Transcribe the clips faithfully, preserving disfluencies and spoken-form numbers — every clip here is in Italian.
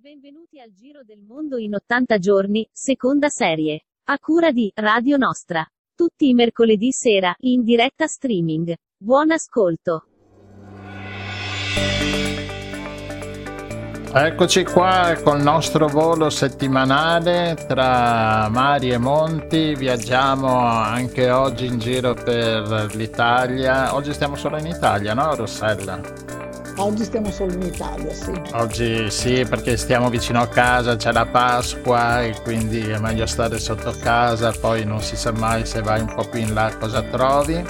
Benvenuti al Giro del Mondo in ottanta giorni, seconda serie. A cura di Radio Nostra. Tutti i mercoledì sera, in diretta streaming. Buon ascolto. Eccoci qua col nostro volo settimanale tra mari e monti. Viaggiamo anche oggi in giro per l'Italia. Oggi stiamo solo in Italia, no Rossella? Oggi stiamo solo in Italia, sì. Oggi sì, perché stiamo vicino a casa, c'è la Pasqua e quindi è meglio stare sotto casa, poi non si sa mai se vai un po' più in là cosa trovi.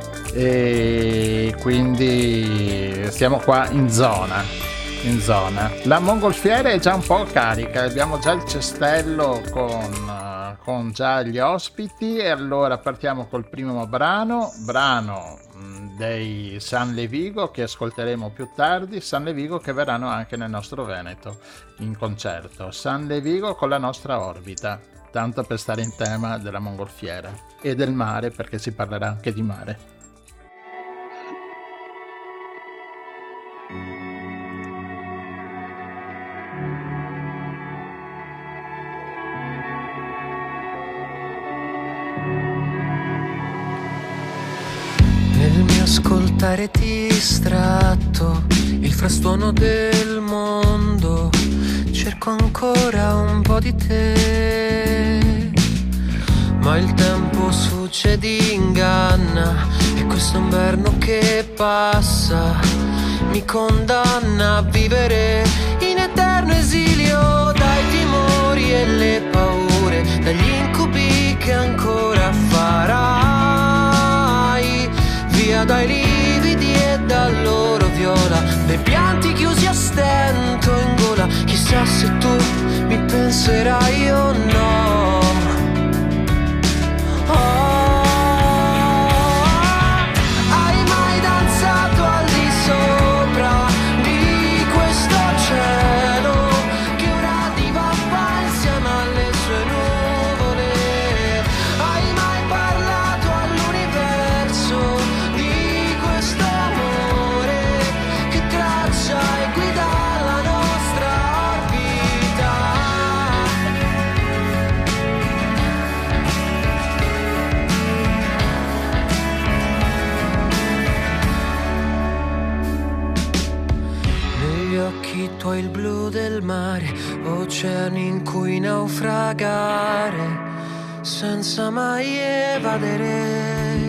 E quindi stiamo qua in zona, in zona. La mongolfiera è già un po' carica, abbiamo già il cestello con, con già gli ospiti e allora partiamo col primo brano, brano dei San Levigo che ascolteremo più tardi, San Levigo che verranno anche nel nostro Veneto in concerto. San Levigo con la nostra orbita, tanto per stare in tema della mongolfiera e del mare, perché si parlerà anche di mare. Ascoltare distratto il frastuono del mondo, cerco ancora un po' di te, ma il tempo succede, inganna, e questo inverno che passa mi condanna a vivere in eterno esilio dai timori e le paure, dagli incubi che ancora farai, via dai lividi e dal loro viola, dai pianti chiusi a stento in gola. Chissà se tu mi penserai o no. Oh, hai mai danzato al di sopra di questo cielo che ora divampa insieme alle sue nuvole? Hai mai parlato all'universo di questo amore che traccia e guida la nostra orbita? Negli occhi tuoi il blu del mare, oceani in cui naufragare senza mai evadere.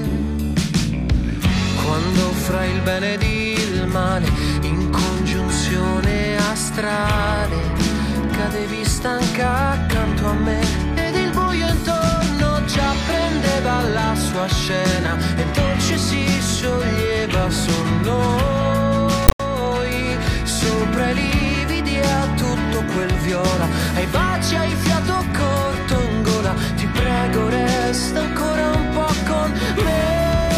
Quando fra il bene ed il male, in congiunzione astrale, cadevi stanca accanto a me, ed il buio intorno già prendeva la sua scena, e dolce si scioglieva su noi, sopra i lividi a tutto quel viola, ai baci, ai fiato corto in gola. Ti prego, resta ancora un po' con me.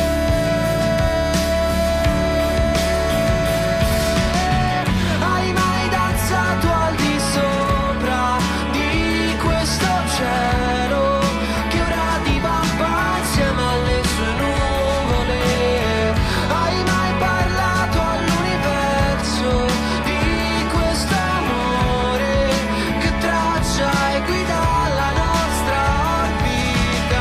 Hai mai danzato al di sopra di questo cielo che ora divampa insieme alle sue nuvole? Hai mai parlato all'universo di questo amore che traccia e guida la nostra orbita?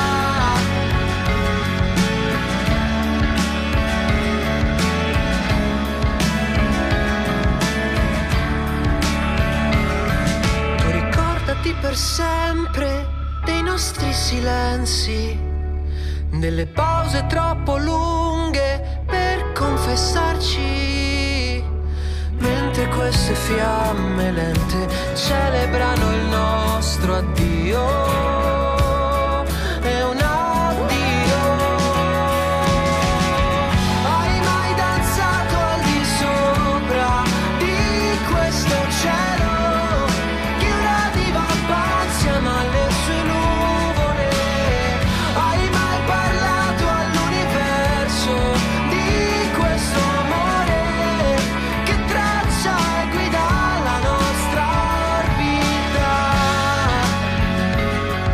Tu ricordati per sempre dei nostri silenzi, delle pause troppo lunghe per confessarci, mentre queste fiamme lente celebrano il nostro addio. È un addio. Hai mai danzato al di sopra di questo cielo che ora divampa insieme alle sue nuvole? Hai mai parlato all'universo di questo amore che traccia e guida la nostra orbita?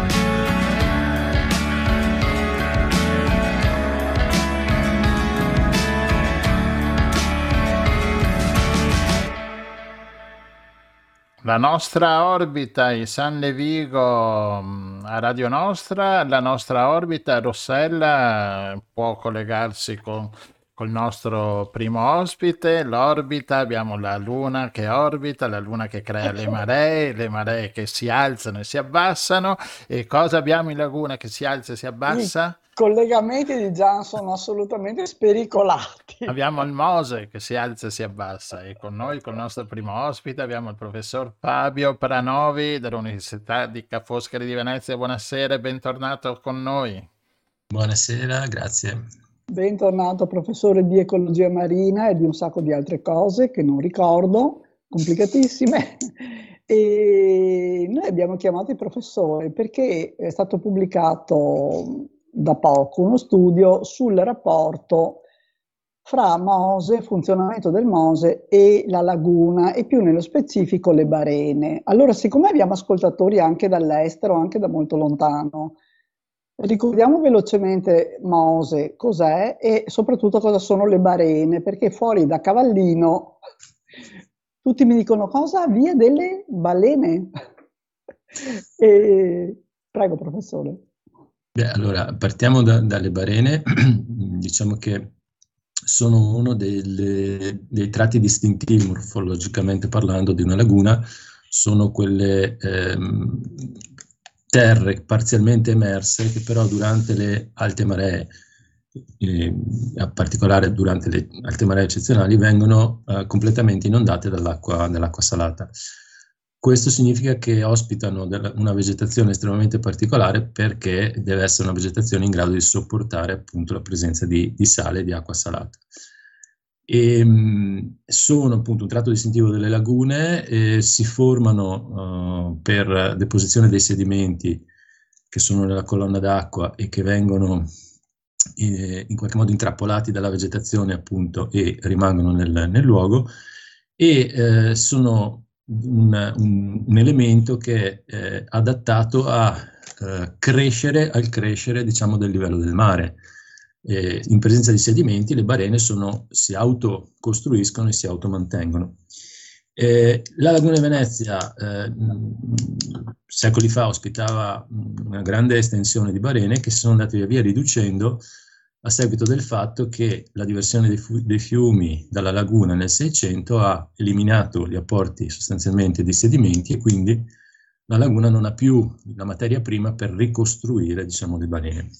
La nostra orbita, il San Levigo mh, a Radio Nostra, la nostra orbita a Rossella eh, può collegarsi con col nostro primo ospite. L'orbita, abbiamo la Luna che orbita, la Luna che crea le maree, le maree che si alzano e si abbassano. E cosa abbiamo in Laguna che si alza e si I abbassa? collegamenti di Gian sono assolutamente spericolati. Abbiamo il Mose che si alza e si abbassa e con noi, col nostro primo ospite, abbiamo il professor Fabio Pranovi dell'Università di Ca' Foscari di Venezia. Buonasera e bentornato con noi. Buonasera, grazie. Bentornato professore di ecologia marina e di un sacco di altre cose che non ricordo, complicatissime. E noi abbiamo chiamato il professore perché è stato pubblicato da poco uno studio sul rapporto fra Mose, funzionamento del Mose e la laguna e più nello specifico le barene. Allora, siccome abbiamo ascoltatori anche dall'estero, anche da molto lontano, ricordiamo velocemente Mose cos'è e soprattutto cosa sono le barene, perché fuori da Cavallino tutti mi dicono cosa? Via delle balene? E... Prego professore. Beh, allora, partiamo da, dalle barene. Diciamo che sono uno delle, dei tratti distintivi, morfologicamente parlando, di una laguna. Sono quelle ehm, terre parzialmente emerse che però durante le alte maree, eh, in particolare durante le alte maree eccezionali, vengono eh, completamente inondate dall'acqua dall'acqua salata. Questo significa che ospitano una vegetazione estremamente particolare perché deve essere una vegetazione in grado di sopportare appunto la presenza di, di sale e di acqua salata. E, mh, sono appunto un tratto distintivo delle lagune e si formano uh, per deposizione dei sedimenti che sono nella colonna d'acqua e che vengono eh, in qualche modo intrappolati dalla vegetazione appunto e rimangono nel, nel luogo e eh, sono Un, un, un elemento che è eh, adattato a eh, crescere, al crescere diciamo del livello del mare. Eh, in presenza di sedimenti le barene sono, si autocostruiscono e si automantengono. Eh, la Laguna di Venezia eh, secoli fa ospitava una grande estensione di barene che si sono andate via via riducendo a seguito del fatto che la diversione dei, dei fiumi dalla laguna nel Seicento ha eliminato gli apporti sostanzialmente di sedimenti e quindi la laguna non ha più la materia prima per ricostruire, diciamo, le barene.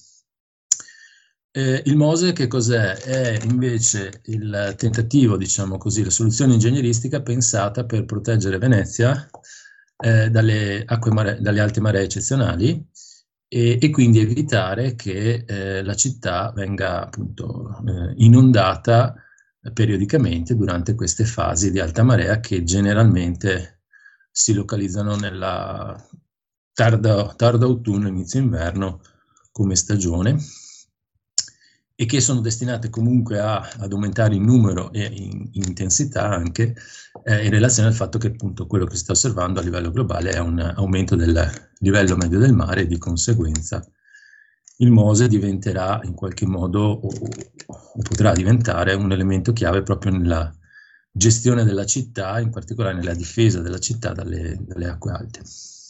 Eh, il Mose che cos'è? È invece il tentativo, diciamo così, la soluzione ingegneristica pensata per proteggere Venezia eh, dalle, acque mare, dalle alte maree eccezionali E, e quindi evitare che eh, la città venga appunto eh, inondata periodicamente durante queste fasi di alta marea che generalmente si localizzano nella tarda, tarda autunno, inizio inverno come stagione e che sono destinate comunque a, ad aumentare in numero e in, in intensità anche eh, in relazione al fatto che appunto quello che si sta osservando a livello globale è un aumento del livello medio del mare e di conseguenza il Mose diventerà in qualche modo o, o potrà diventare un elemento chiave proprio nella gestione della città, in particolare nella difesa della città dalle, dalle acque alte.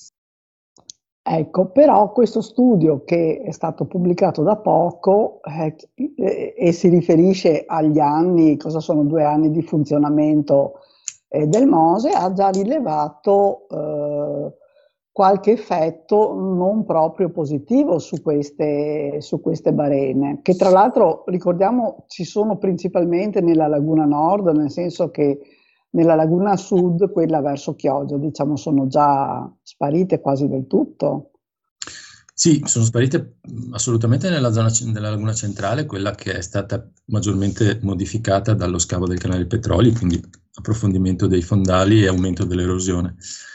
Ecco, però questo studio che è stato pubblicato da poco eh, e, e si riferisce agli anni, cosa sono due anni di funzionamento eh, del Mose, ha già rilevato eh, qualche effetto non proprio positivo su queste, su queste barene, che tra l'altro ricordiamo ci sono principalmente nella laguna nord, nel senso che nella laguna sud, quella verso Chioggia, diciamo, sono già sparite quasi del tutto. Sì, sono sparite assolutamente nella zona della laguna centrale, quella che è stata maggiormente modificata dallo scavo del canale Petroli, quindi approfondimento dei fondali e aumento dell'erosione.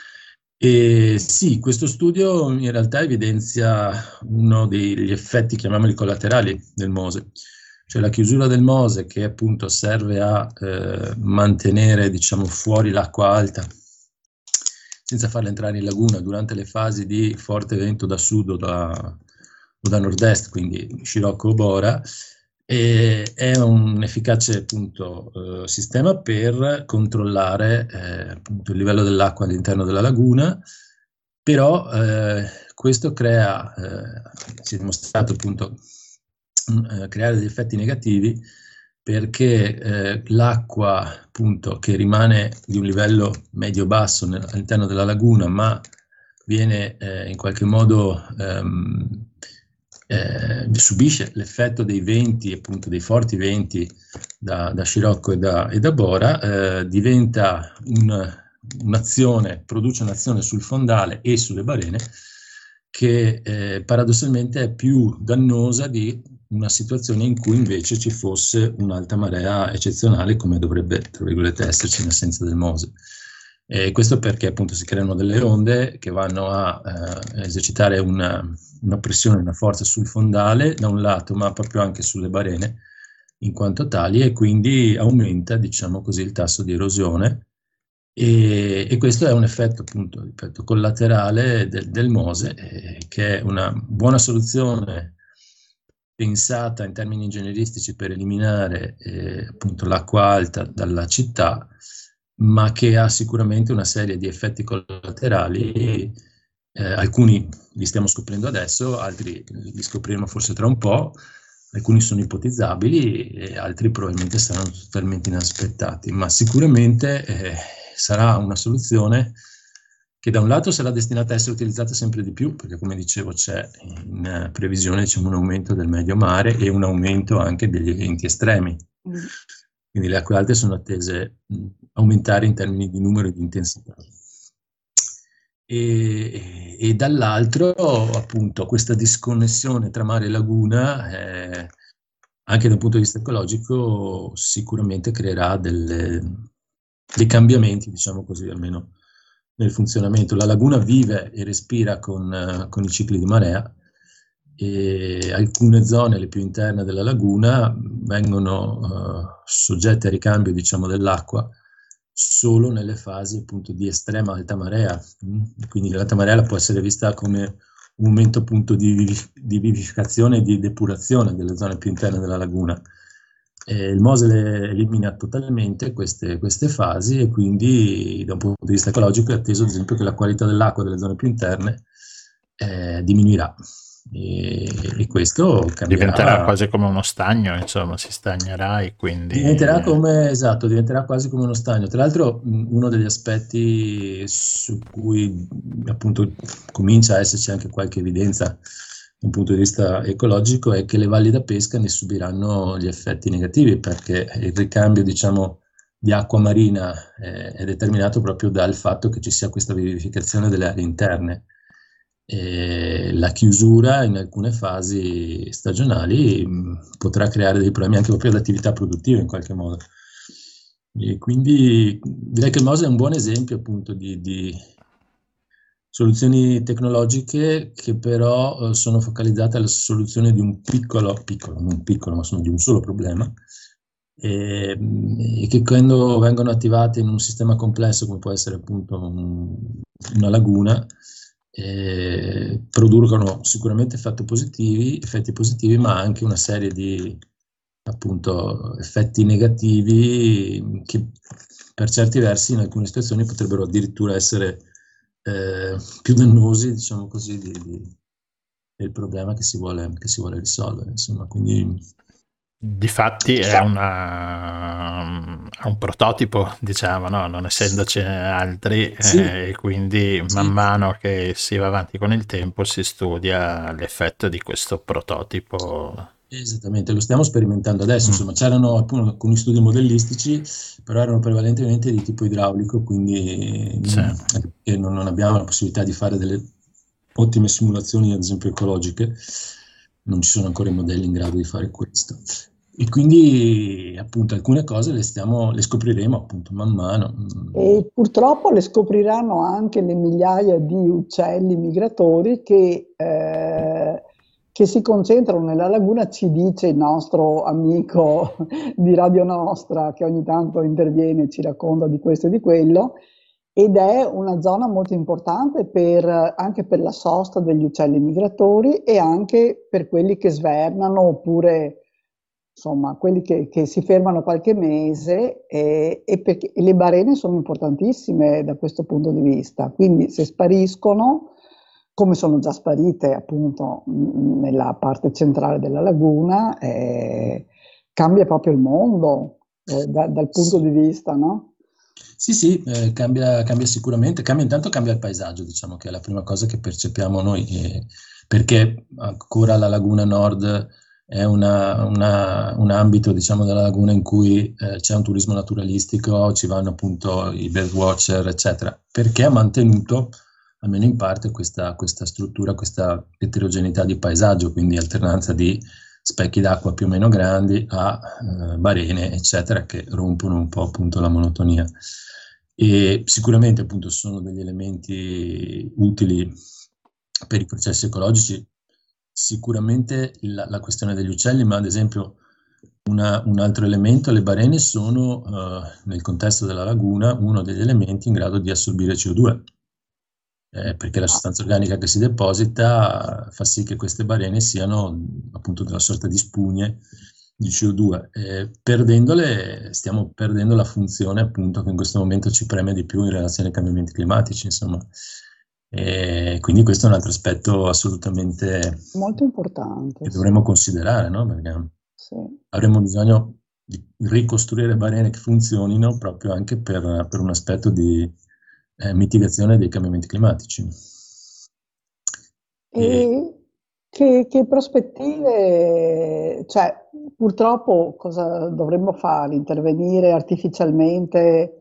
E sì, questo studio in realtà evidenzia uno degli effetti, chiamiamoli collaterali, del Mose. Cioè la chiusura del Mose che appunto serve a eh, mantenere diciamo fuori l'acqua alta senza farla entrare in laguna durante le fasi di forte vento da sud o da, o da nord-est, quindi scirocco o bora, E è un efficace appunto eh, sistema per controllare eh, appunto il livello dell'acqua all'interno della laguna, però eh, questo crea, eh, si è dimostrato appunto eh, creare degli effetti negativi, perché eh, l'acqua appunto che rimane di un livello medio-basso nel- all'interno della laguna, ma viene eh, in qualche modo ehm, eh, subisce l'effetto dei venti, appunto dei forti venti da, da Scirocco e da, e da Bora, eh, diventa un, un'azione, produce un'azione sul fondale e sulle barene che eh, paradossalmente è più dannosa di una situazione in cui invece ci fosse un'alta marea eccezionale, come dovrebbe, tra virgolette, esserci in assenza del Mose. E questo perché appunto si creano delle onde che vanno a eh, esercitare una, una pressione, una forza sul fondale da un lato, ma proprio anche sulle barene in quanto tali, e quindi aumenta, diciamo così, il tasso di erosione. E, e questo è un effetto, appunto, ripeto, collaterale del, del Mose, eh, che è una buona soluzione pensata in termini ingegneristici per eliminare eh, appunto l'acqua alta dalla città, ma che ha sicuramente una serie di effetti collaterali. Eh, alcuni li stiamo scoprendo adesso, altri li scopriremo forse tra un po', alcuni sono ipotizzabili e altri probabilmente saranno totalmente inaspettati, ma sicuramente eh, sarà una soluzione che da un lato sarà destinata a essere utilizzata sempre di più, perché come dicevo c'è in previsione, diciamo, un aumento del medio mare e un aumento anche degli eventi estremi. Mm. Quindi le acque alte sono attese mh, aumentare in termini di numero e di intensità. E, e dall'altro, appunto, questa disconnessione tra mare e laguna, eh, anche da un punto di vista ecologico, sicuramente creerà delle, dei cambiamenti, diciamo così, almeno nel funzionamento. La laguna vive e respira con, uh, con i cicli di marea, e alcune zone, le più interne della laguna, vengono uh, soggette a ricambio, diciamo, dell'acqua solo nelle fasi appunto di estrema alta marea. Quindi l'alta marea può essere vista come un momento appunto di, di vivificazione e di depurazione delle zone più interne della laguna. E il Mose le elimina totalmente queste, queste fasi, e quindi da un punto di vista ecologico è atteso ad esempio che la qualità dell'acqua delle zone più interne eh, diminuirà. E, e questo cambierà. Diventerà quasi come uno stagno, insomma, si stagnerà e quindi... Diventerà come, esatto, diventerà quasi come uno stagno. Tra l'altro uno degli aspetti su cui appunto comincia a esserci anche qualche evidenza da un punto di vista ecologico è che le valli da pesca ne subiranno gli effetti negativi, perché il ricambio, diciamo, di acqua marina è, è determinato proprio dal fatto che ci sia questa vivificazione delle aree interne. E la chiusura in alcune fasi stagionali mh, potrà creare dei problemi anche proprio ad attività produttive in qualche modo. E quindi direi che il Mose è un buon esempio appunto di, di soluzioni tecnologiche che però eh, sono focalizzate alla soluzione di un piccolo, piccolo, non piccolo, ma sono di un solo problema, e, e che quando vengono attivate in un sistema complesso come può essere appunto un, una laguna, Eh, producono sicuramente effetti positivi, effetti positivi, ma anche una serie di appunto effetti negativi che per certi versi in alcune situazioni potrebbero addirittura essere eh, più dannosi, diciamo così, di, di, del problema che si vuole, che si vuole risolvere. Insomma, quindi difatti è, una, è un prototipo, diciamo, no? Non essendoci altri, sì, eh, e quindi sì. Man mano che si va avanti con il tempo si studia l'effetto di questo prototipo. Esattamente, lo stiamo sperimentando adesso. Mm. Insomma, c'erano appunto alcuni studi modellistici, però erano prevalentemente di tipo idraulico, quindi sì. non, non, non abbiamo la possibilità di fare delle ottime simulazioni, ad esempio ecologiche. Non ci sono ancora i modelli in grado di fare questo. E quindi appunto alcune cose le, stiamo, le scopriremo appunto man mano. E purtroppo le scopriranno anche le migliaia di uccelli migratori che, eh, che si concentrano nella laguna, ci dice il nostro amico di Radio Nostra, che ogni tanto interviene e ci racconta di questo e di quello, ed è una zona molto importante per, anche per la sosta degli uccelli migratori e anche per quelli che svernano oppure insomma, quelli che, che si fermano qualche mese, e, e perché e le balene sono importantissime da questo punto di vista. Quindi se spariscono, come sono già sparite appunto mh, nella parte centrale della laguna, eh, cambia proprio il mondo eh, da- dal punto Sì. di vista, no? Sì, sì, eh, cambia, cambia sicuramente, cambia, intanto cambia il paesaggio, diciamo che è la prima cosa che percepiamo noi, eh, perché ancora la laguna nord è una- una- un ambito, diciamo, della laguna in cui eh, c'è un turismo naturalistico, ci vanno appunto i birdwatcher, eccetera, perché ha mantenuto, almeno in parte, questa, questa struttura, questa eterogeneità di paesaggio, quindi alternanza di specchi d'acqua più o meno grandi a eh, barene, eccetera, che rompono un po' appunto la monotonia. E sicuramente appunto sono degli elementi utili per i processi ecologici, sicuramente la, la questione degli uccelli, ma ad esempio una- un altro elemento, le balene sono eh, nel contesto della laguna uno degli elementi in grado di assorbire C O due. Eh, perché la sostanza organica che si deposita fa sì che queste balene siano appunto della sorta di spugne di C O due. Eh, perdendole stiamo perdendo la funzione appunto che in questo momento ci preme di più in relazione ai cambiamenti climatici, insomma. E quindi questo è un altro aspetto assolutamente Molto importante, che sì, dovremmo considerare, no? Perché sì. avremo bisogno di ricostruire balene che funzionino proprio anche per, per un aspetto di eh, mitigazione dei cambiamenti climatici. E, E che, che prospettive, cioè purtroppo cosa dovremmo fare? Intervenire artificialmente?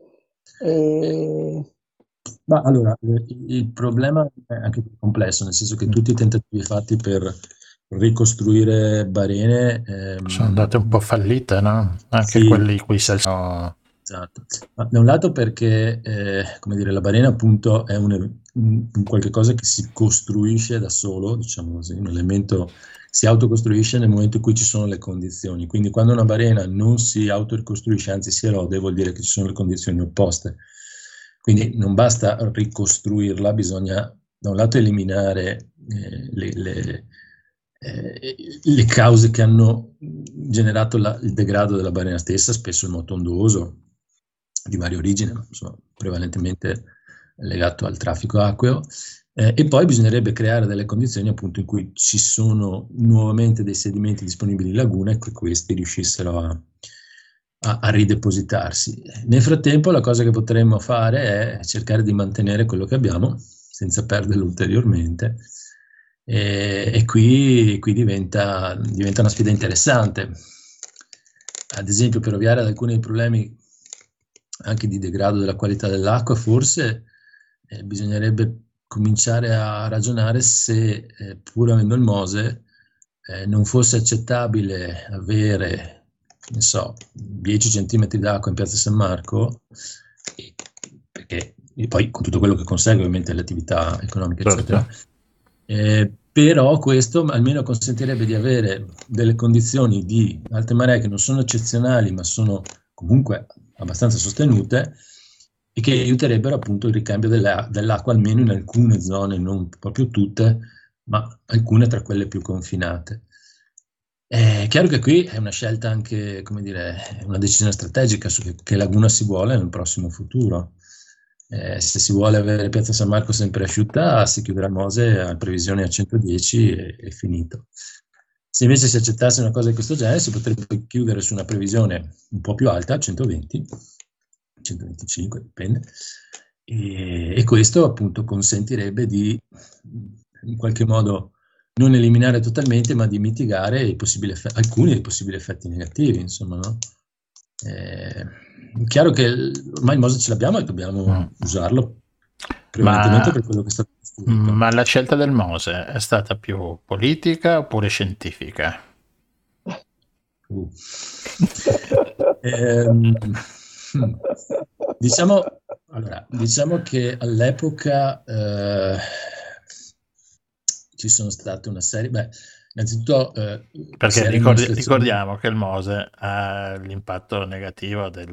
E... ma allora, eh, il problema è anche più complesso, nel senso che tutti i tentativi fatti per ricostruire balene, Sono andate un po' ehm, fallite, no? Anche sì, quelli qui se sono... esatto. Ma da un lato perché, eh, come dire, la balena appunto è un, un, un qualche cosa che si costruisce da solo, diciamo così, un elemento si autocostruisce nel momento in cui ci sono le condizioni. Quindi quando una balena non si autoricostruisce, anzi si erode, vuol dire che ci sono le condizioni opposte. Quindi non basta ricostruirla, bisogna da un lato eliminare eh, le, le, eh, le cause che hanno generato la, il degrado della balena stessa, spesso il moto ondoso, di varie origini, ma insomma, prevalentemente legato al traffico acqueo, eh, e poi bisognerebbe creare delle condizioni appunto in cui ci sono nuovamente dei sedimenti disponibili in laguna e che questi riuscissero a, a, a ridepositarsi. Nel frattempo la cosa che potremmo fare è cercare di mantenere quello che abbiamo senza perderlo ulteriormente, e, e qui, qui diventa, diventa una sfida interessante. Ad esempio, per ovviare ad alcuni problemi anche di degrado della qualità dell'acqua, forse eh, bisognerebbe cominciare a ragionare se, eh, pur avendo il MOSE, eh, non fosse accettabile avere, ne so, dieci centimetri d'acqua in Piazza San Marco, e, perché e poi con tutto quello che consegue ovviamente le attività economiche, eccetera, Certo. eh, però questo almeno consentirebbe di avere delle condizioni di alte maree che non sono eccezionali, ma sono comunque abbastanza sostenute e che aiuterebbero appunto il ricambio della, dell'acqua almeno in alcune zone, non proprio tutte, ma alcune tra quelle più confinate. È chiaro che qui è una scelta anche, come dire, una decisione strategica su che, che laguna si vuole nel prossimo futuro. Eh, se si vuole avere Piazza San Marco sempre asciutta, si chiuderà il MOSE a previsione a centodieci e è finito. Se invece si accettasse una cosa di questo genere, si potrebbe chiudere su una previsione un po' più alta, centoventi, centoventicinque, dipende, e, e questo appunto consentirebbe di in qualche modo non eliminare totalmente, ma di mitigare i possibili effe- alcuni dei possibili effetti negativi, insomma, no? Eh, è chiaro che il- ormai il MOSE ce l'abbiamo e dobbiamo Mm. usarlo prevalentemente Ma, per quello che è stato costruito. ma la scelta del MOSE è stata più politica oppure scientifica? Uh. Ehm, hmm. Diciamo, allora, diciamo che all'epoca eh, ci sono state una serie, beh, innanzitutto eh, si Perché era in una ricordi- situazione, ricordiamo che il MOSE ha l'impatto negativo del,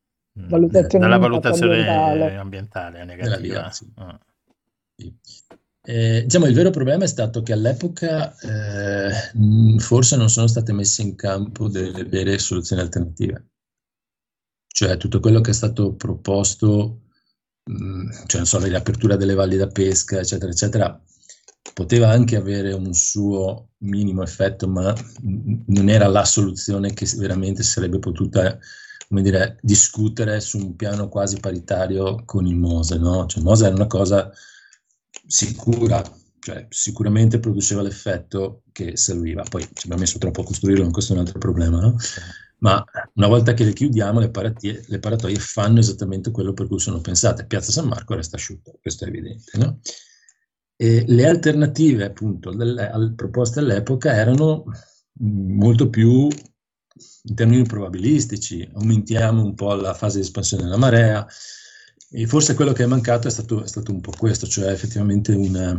mm, Valutazione della di impatto valutazione ambientale. ambientale della V I A, negativa. sì. Ah. Sì. Eh, diciamo, il vero problema è stato che all'epoca eh, mh, forse non sono state messe in campo delle vere soluzioni alternative. Cioè tutto quello che è stato proposto, mh, cioè non so, la riapertura delle valli da pesca, eccetera, eccetera, poteva anche avere un suo minimo effetto, ma mh, non era la soluzione che veramente si sarebbe potuta, come dire, discutere su un piano quasi paritario con il Mose, no? Cioè il Mose era una cosa sicura, cioè sicuramente produceva l'effetto che serviva. Poi ci abbiamo messo troppo a costruirlo, questo è un altro problema, no? Ma una volta che le chiudiamo, le, paratie, le paratoie fanno esattamente quello per cui sono pensate. Piazza San Marco resta asciutta, questo è evidente, no? E le alternative, appunto, delle, alle, proposte all'epoca erano molto più in termini probabilistici. Aumentiamo un po' la fase di espansione della marea, e forse quello che è mancato è stato, è stato un po' questo, cioè effettivamente una,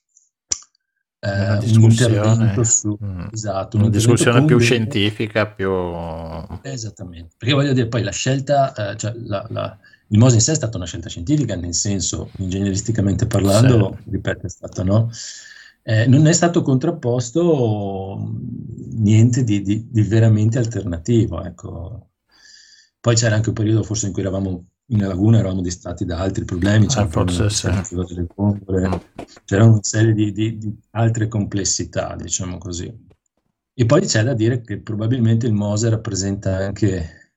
eh, una un intervento discussione, su, mm, esatto, un una discussione più delle- scientifica, più... Esattamente, perché voglio dire, poi la scelta, eh, cioè la, la, il Mose in sé è stata una scelta scientifica, nel senso, ingegneristicamente parlando, Sì. ripeto, è stato, no? Eh, non è stato contrapposto niente di, di, di veramente alternativo, ecco. Poi c'era anche un periodo forse in cui eravamo in laguna, eravamo distratti da altri problemi, c'era Ah, il problema forse della sì. pistola delle bombole, c'era una serie di, di, di altre complessità, diciamo così. E poi c'è da dire che probabilmente il Mose rappresenta anche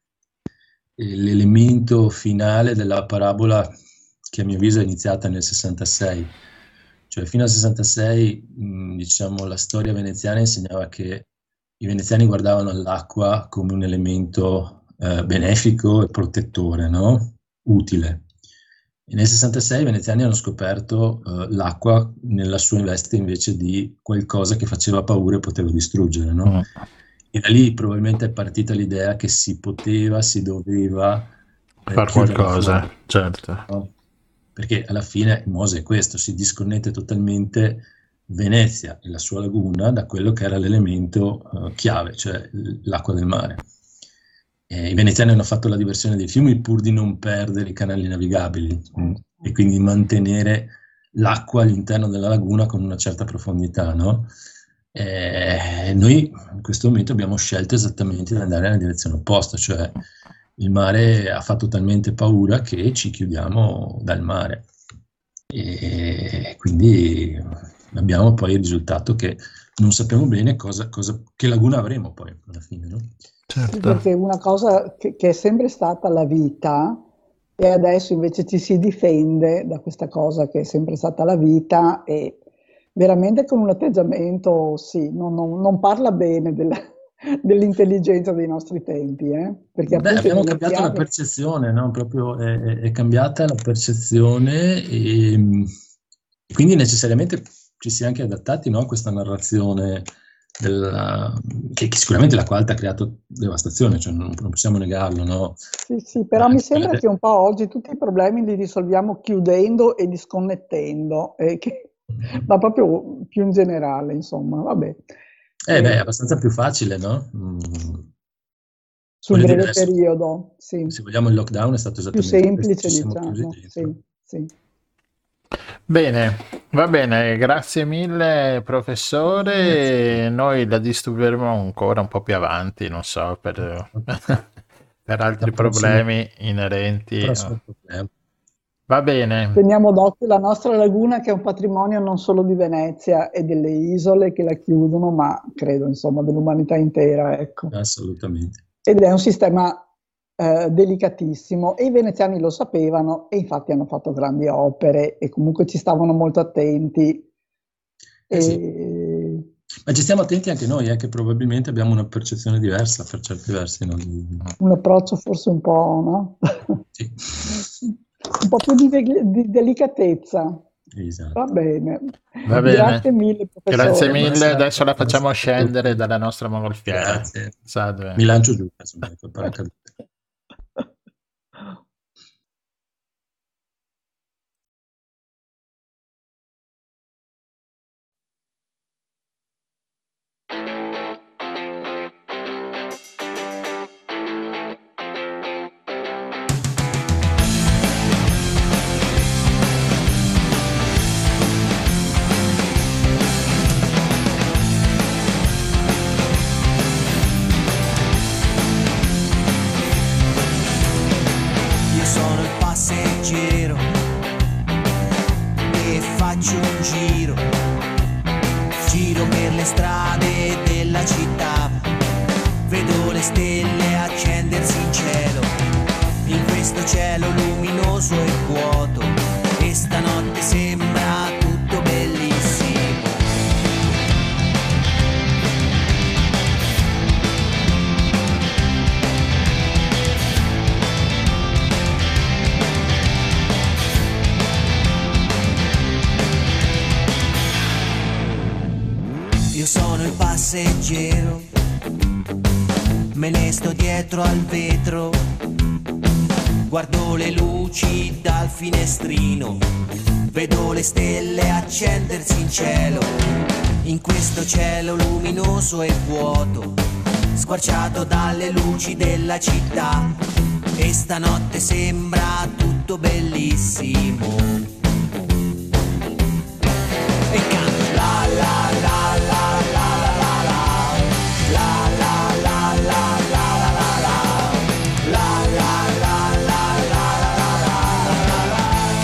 l'elemento finale della parabola che a mio avviso è iniziata nel sessantasei. Cioè fino al sessantasei, mh, diciamo, la storia veneziana insegnava che i veneziani guardavano all'acqua come un elemento eh, benefico e protettore, no? Utile. E nel sessantasei i veneziani hanno scoperto eh, l'acqua nella sua veste invece di qualcosa che faceva paura e poteva distruggere, no? Mm. E da lì probabilmente è partita l'idea che si poteva, si doveva eh, Far chiudere qualcosa, fuori, certo. no? Perché alla fine il Mose è questo, si disconnette totalmente Venezia e la sua laguna da quello che era l'elemento uh, chiave, cioè l'acqua del mare. E i veneziani hanno fatto la diversione dei fiumi pur di non perdere i canali navigabili mh, e quindi mantenere l'acqua all'interno della laguna con una certa profondità, no? E noi in questo momento abbiamo scelto esattamente di andare nella direzione opposta, cioè il mare ha fatto talmente paura che ci chiudiamo dal mare e quindi abbiamo poi il risultato che non sappiamo bene cosa, cosa, che laguna avremo poi alla fine, no? Certo. Perché una cosa che, che è sempre stata la vita e adesso invece ci si difende da questa cosa che è sempre stata la vita e veramente con un atteggiamento, sì, non, non- non parla bene della- dell'intelligenza dei nostri tempi, eh? Perché Beh, appunto i abbiamo cambiato la veneziani, percezione, no? Proprio è, è- è cambiata la percezione e, e quindi necessariamente ci si è anche adattati, no, a questa narrazione della- che, che sicuramente la qualità ha creato devastazione, cioè non, non possiamo negarlo, no? sì, sì, Ma però mi anche sembra quella che un po' oggi tutti i problemi li risolviamo chiudendo e disconnettendo, eh, che- de- ma proprio più in generale, insomma, vabbè. Eh beh, è Eh, abbastanza più facile, no? Mm. sul Voglio dire, breve adesso, periodo, sì, se vogliamo, il lockdown è stato più esattamente questo, ci semplice, siamo chiusi diciamo, dentro. sì, sì. Bene, va bene, grazie mille Grazie. professore. Noi la disturberemo ancora un po' più avanti, non so, per, per altri La prossima, problemi inerenti. prossimo problema. Va bene, Teniamo d'occhio la nostra laguna che è un patrimonio non solo di Venezia e delle isole che la chiudono, ma credo insomma dell'umanità intera, ecco. Assolutamente. Ed è un sistema eh, delicatissimo e i veneziani lo sapevano e infatti hanno fatto grandi opere e comunque ci stavano molto attenti. Eh sì. E... Ma ci stiamo attenti anche noi, eh, che probabilmente abbiamo una percezione diversa per certi versi, no? un approccio forse un po', no? Sì. Un po' più di, de- di delicatezza. Esatto. Va bene. va bene. Grazie mille, professore. Grazie Buona mille, serata, adesso la buona facciamo serata a tutti. scendere dalla nostra mongolfiera. Grazie. Salve. Mi lancio giù, insomma, col paracadute. Giro per le strade della città, vedo le stelle accendersi in cielo, in questo cielo luminoso e vuoto, e stanotte sembra tutto bellissimo. Io sono il passeggero, me ne sto dietro al vetro, guardo le luci dal finestrino, vedo le stelle accendersi in cielo, in questo cielo luminoso e vuoto, squarciato dalle luci della città, e stanotte sembra tutto bellissimo. E canto la la la la la la la la la la la la la la la la la la la.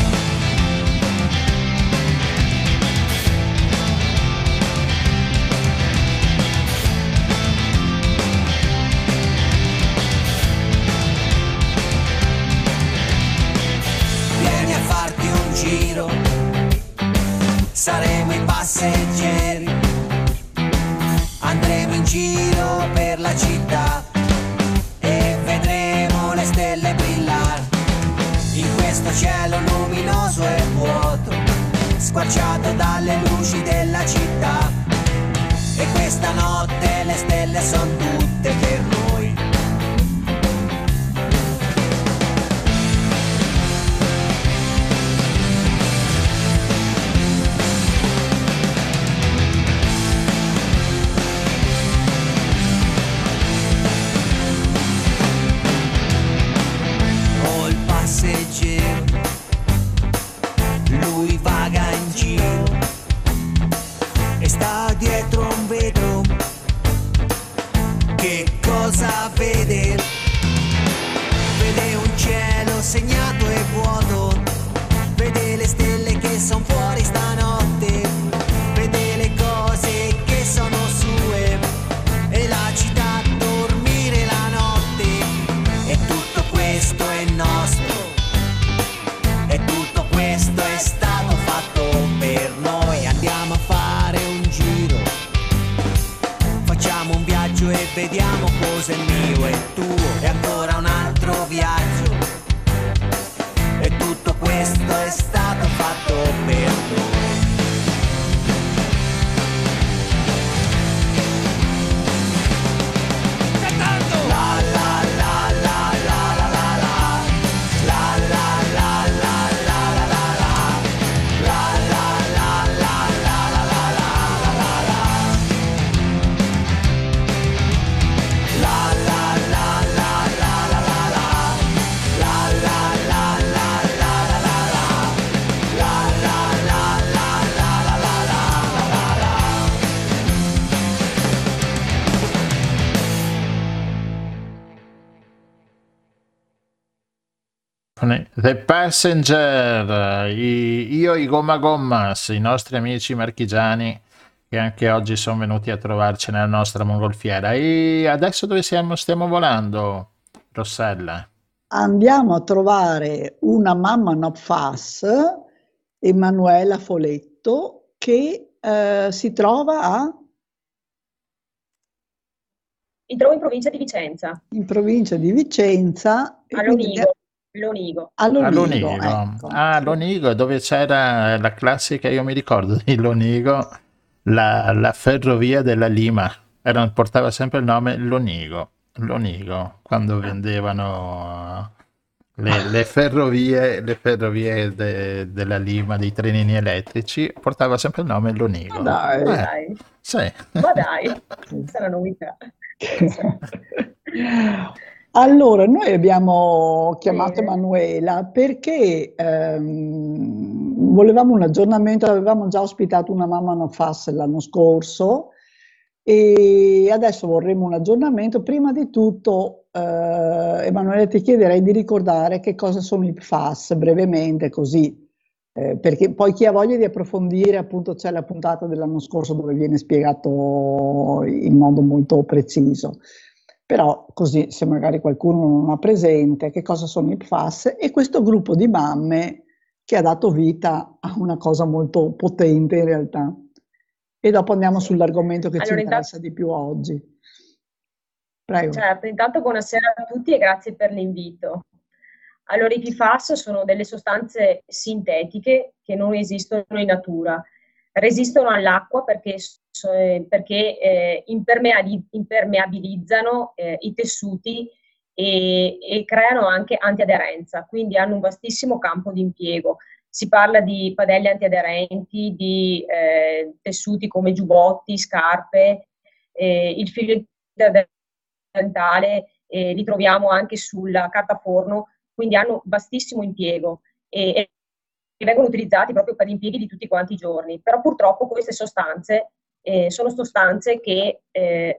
Vieni a farti un giro, saremo i passeggeri, andremo in giro per la città e vedremo le stelle brillare, in questo cielo luminoso e vuoto, squarciato dalle luci della città, e questa notte le stelle sono tutte per noi. Lui vaga in giro e sta dietro un vetro. Che cosa vede? Vede un cielo segnato e vuoto, vede le stelle che son fuori stanotte, vede le cose che sono sue e la città dormire la notte, e tutto questo è nostro. E tutto questo è stato fatto per noi. Andiamo a fare un giro, facciamo un viaggio e vediamo cosa è mio e tuo, e ancora un altro viaggio. E tutto questo è stato fatto per noi. Cantando! La la la la la la la la la la la la la la la la la la la la The Passenger, i- io i Gomma Gommas, i nostri amici marchigiani che anche oggi sono venuti a trovarci nella nostra mongolfiera. E adesso dove siamo? Stiamo volando, Rossella? Andiamo a trovare una mamma no fas, Emanuela Foletto, che eh, si trova a, Mi trovo in provincia di Vicenza, in provincia di Vicenza. e a quindi Lonigo. Lonigo. a A Lonigo, Lonigo. ecco. Ah, Lonigo, dove c'era la classica, io mi ricordo di Lonigo, la, la ferrovia della Lima. Era, portava sempre il nome Lonigo. Lonigo, quando vendevano le, le ferrovie, le ferrovie de- della Lima, dei trenini elettrici, portava sempre il nome Lonigo. Dai. Eh, Dai, sì. ma dai, sarà novità. Allora, noi abbiamo chiamato Bene. Emanuela perché ehm, volevamo un aggiornamento, avevamo già ospitato una mamma no fas l'anno scorso e adesso vorremmo un aggiornamento. Prima di tutto, eh, Emanuela, ti chiederei di ricordare che cosa sono i F A S brevemente, così Eh, perché poi chi ha voglia di approfondire, appunto c'è la puntata dell'anno scorso dove viene spiegato in modo molto preciso. Però così se magari qualcuno non ha presente che cosa sono i P F A S e questo gruppo di mamme che ha dato vita a una cosa molto potente in realtà. E dopo andiamo Sì. sull'argomento che ci Allora, intanto, interessa di più oggi. Prego. certo, intanto buonasera a tutti e grazie per l'invito. Allora, i P F A S sono delle sostanze sintetiche che non esistono in natura. Resistono all'acqua perché, so- eh, perché eh, impermeali- impermeabilizzano eh, i tessuti e, e creano anche antiaderenza, quindi hanno un vastissimo campo di impiego. Si parla di padelle antiaderenti, di eh, tessuti come giubbotti, scarpe, eh, il filo dentale, eh, li troviamo anche sulla carta forno, quindi hanno vastissimo impiego e, e vengono utilizzati proprio per gli impieghi di tutti quanti i giorni. Però purtroppo queste sostanze eh, sono sostanze che eh,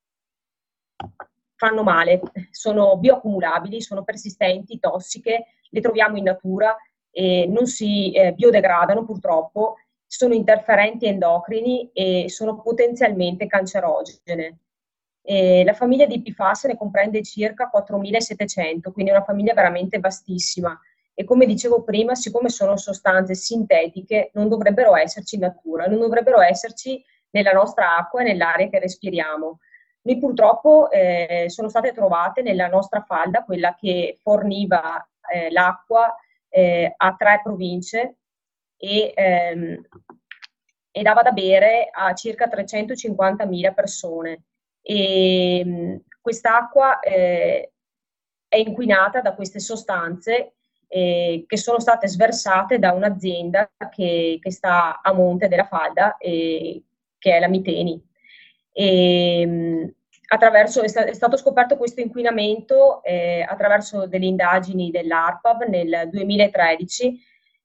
fanno male, sono bioaccumulabili, sono persistenti, tossiche, le troviamo in natura e non si eh, biodegradano purtroppo, sono interferenti endocrini e sono potenzialmente cancerogene. E la famiglia di P F A S ne comprende circa quattromilasettecento, quindi è una famiglia veramente vastissima. E come dicevo prima, siccome sono sostanze sintetiche, non dovrebbero esserci in natura, non dovrebbero esserci nella nostra acqua e nell'aria che respiriamo. Noi purtroppo eh, sono state trovate nella nostra falda, quella che forniva eh, l'acqua eh, a tre province e, ehm, e dava da bere a circa trecentocinquantamila persone. E mh, quest'acqua eh, è inquinata da queste sostanze eh, che sono state sversate da un'azienda che, che sta a monte della falda, eh, che è la Miteni. E, mh, attraverso, è, sta, è stato scoperto questo inquinamento eh, attraverso delle indagini dell'ARPAB nel duemilatredici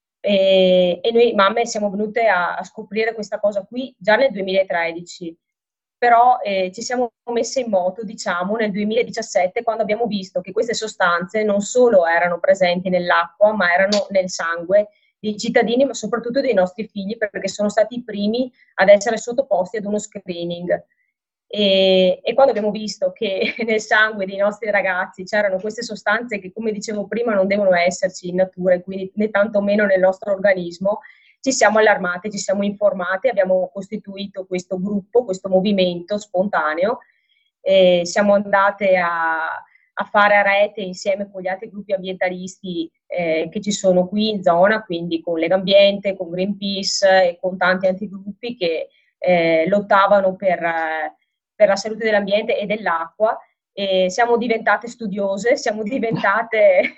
e, e noi mamme siamo venute a, a scoprire questa cosa qui già nel duemilatredici. Però eh, ci siamo messe in moto, diciamo, nel duemiladiciassette, quando abbiamo visto che queste sostanze non solo erano presenti nell'acqua, ma erano nel sangue dei cittadini, ma soprattutto dei nostri figli, perché sono stati i primi ad essere sottoposti ad uno screening. E, e quando abbiamo visto che nel sangue dei nostri ragazzi c'erano queste sostanze che, come dicevo prima, non devono esserci in natura e quindi né tantomeno nel nostro organismo, ci siamo allarmate, ci siamo informate, abbiamo costituito questo gruppo, questo movimento spontaneo, e siamo andate a, a fare a rete insieme con gli altri gruppi ambientalisti eh, che ci sono qui in zona, quindi con Legambiente, con Greenpeace e con tanti altri gruppi che eh, lottavano per, eh, per la salute dell'ambiente e dell'acqua. E siamo diventate studiose, siamo diventate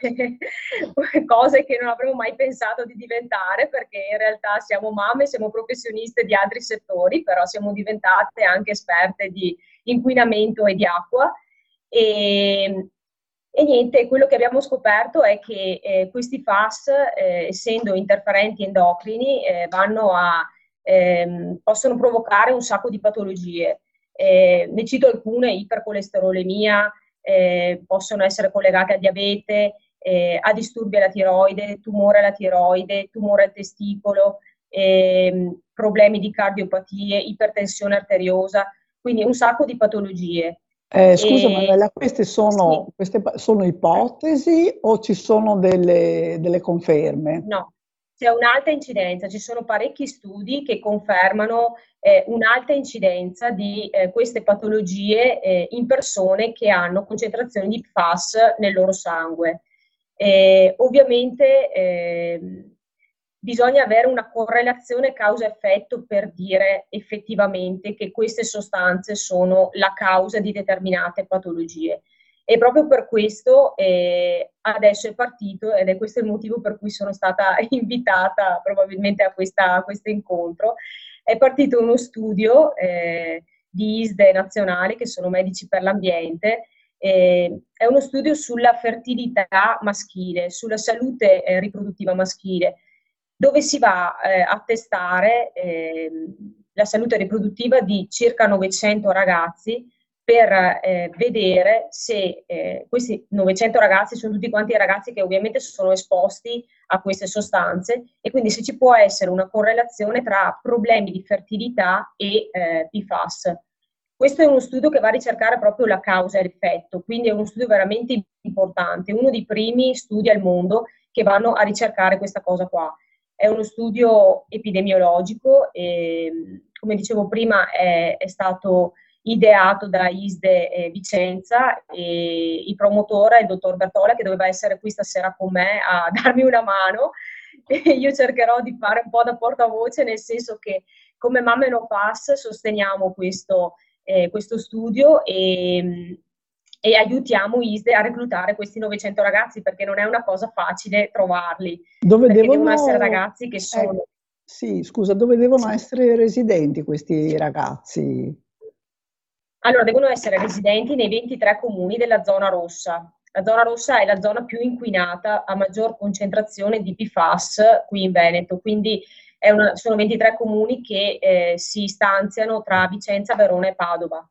cose che non avremmo mai pensato di diventare, perché in realtà siamo mamme, siamo professioniste di altri settori, però siamo diventate anche esperte di inquinamento e di acqua. E, e niente, quello che abbiamo scoperto è che eh, questi F A S, eh, essendo interferenti endocrini, eh, vanno a, ehm, possono provocare un sacco di patologie. Eh, ne cito alcune: ipercolesterolemia, eh, possono essere collegate a diabete, eh, a disturbi alla tiroide, tumore alla tiroide, tumore al testicolo, eh, problemi di cardiopatie, ipertensione arteriosa, quindi un sacco di patologie. Eh, scusa E, Manuela, queste sono, sì, queste pa- sono ipotesi o ci sono delle, delle conferme? no, c'è un'alta incidenza, ci sono parecchi studi che confermano eh, un'alta incidenza di eh, queste patologie eh, in persone che hanno concentrazioni di P F A S nel loro sangue. Eh, ovviamente eh, bisogna avere una correlazione causa-effetto per dire effettivamente che queste sostanze sono la causa di determinate patologie. E proprio per questo eh, adesso è partito, ed è questo il motivo per cui sono stata invitata probabilmente a, questa, a questo incontro, è partito uno studio eh, di I S D E nazionale, che sono Medici per l'Ambiente. Eh, è uno studio sulla fertilità maschile, sulla salute eh, riproduttiva maschile, dove si va eh, a testare eh, la salute riproduttiva di circa novecento ragazzi per eh, vedere se eh, questi novecento ragazzi sono tutti quanti ragazzi che ovviamente sono esposti a queste sostanze, e quindi se ci può essere una correlazione tra problemi di fertilità e eh, P FAS. Questo è uno studio che va a ricercare proprio la causa e l'effetto, quindi è uno studio veramente importante, uno dei primi studi al mondo che vanno a ricercare questa cosa qua. È uno studio epidemiologico e, come dicevo prima, è, è stato ideato da I S D E eh, Vicenza, e il promotore è il dottor Bertola, che doveva essere qui stasera con me a darmi una mano, e io cercherò di fare un po' da portavoce, nel senso che come Mamme No P A S sosteniamo questo, eh, questo studio e, e aiutiamo I S D E a reclutare questi novecento ragazzi, perché non è una cosa facile trovarli, Dove perché devono, devono essere ragazzi che sono... Eh, sì, scusa, dove devono Sì. essere residenti questi ragazzi? Allora, devono essere residenti nei ventitré comuni della zona rossa. La zona rossa è la zona più inquinata, a maggior concentrazione di P FAS qui in Veneto, quindi è una, sono ventitré comuni che eh, si stanziano tra Vicenza, Verona e Padova.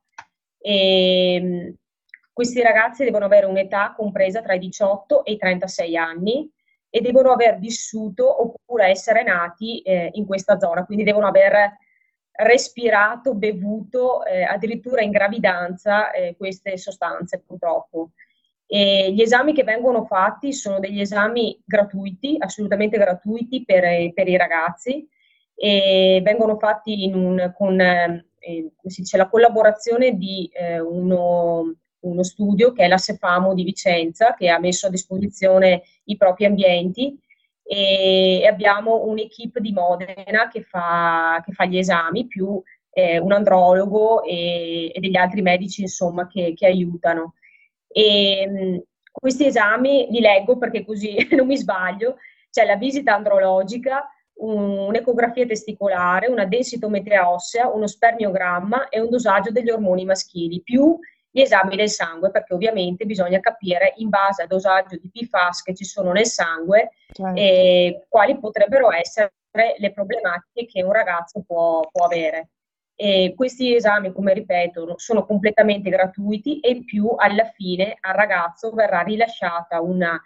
E, mh, questi ragazzi devono avere un'età compresa tra i diciotto e i trentasei anni e devono aver vissuto oppure essere nati eh, in questa zona, quindi devono aver respirato, bevuto, eh, addirittura in gravidanza eh, queste sostanze, purtroppo. E gli esami che vengono fatti sono degli esami gratuiti, assolutamente gratuiti per, per i ragazzi, e vengono fatti in un, con eh, come si dice, la collaborazione di eh, uno, uno studio che è la Sefamo di Vicenza, che ha messo a disposizione i propri ambienti, e abbiamo un'equipe di Modena che fa, che fa gli esami, più eh, un andrologo e, e degli altri medici, insomma, che, che aiutano. E, mh, questi esami li leggo perché così non mi sbaglio. C'è la visita andrologica, un, un'ecografia testicolare, una densitometria ossea, uno spermiogramma e un dosaggio degli ormoni maschili, più gli esami del sangue, perché ovviamente bisogna capire in base al dosaggio di P FAS che ci sono nel sangue Certo. eh, quali potrebbero essere le problematiche che un ragazzo può, può avere. E questi esami, come ripeto, sono completamente gratuiti, e in più alla fine al ragazzo verrà rilasciata una,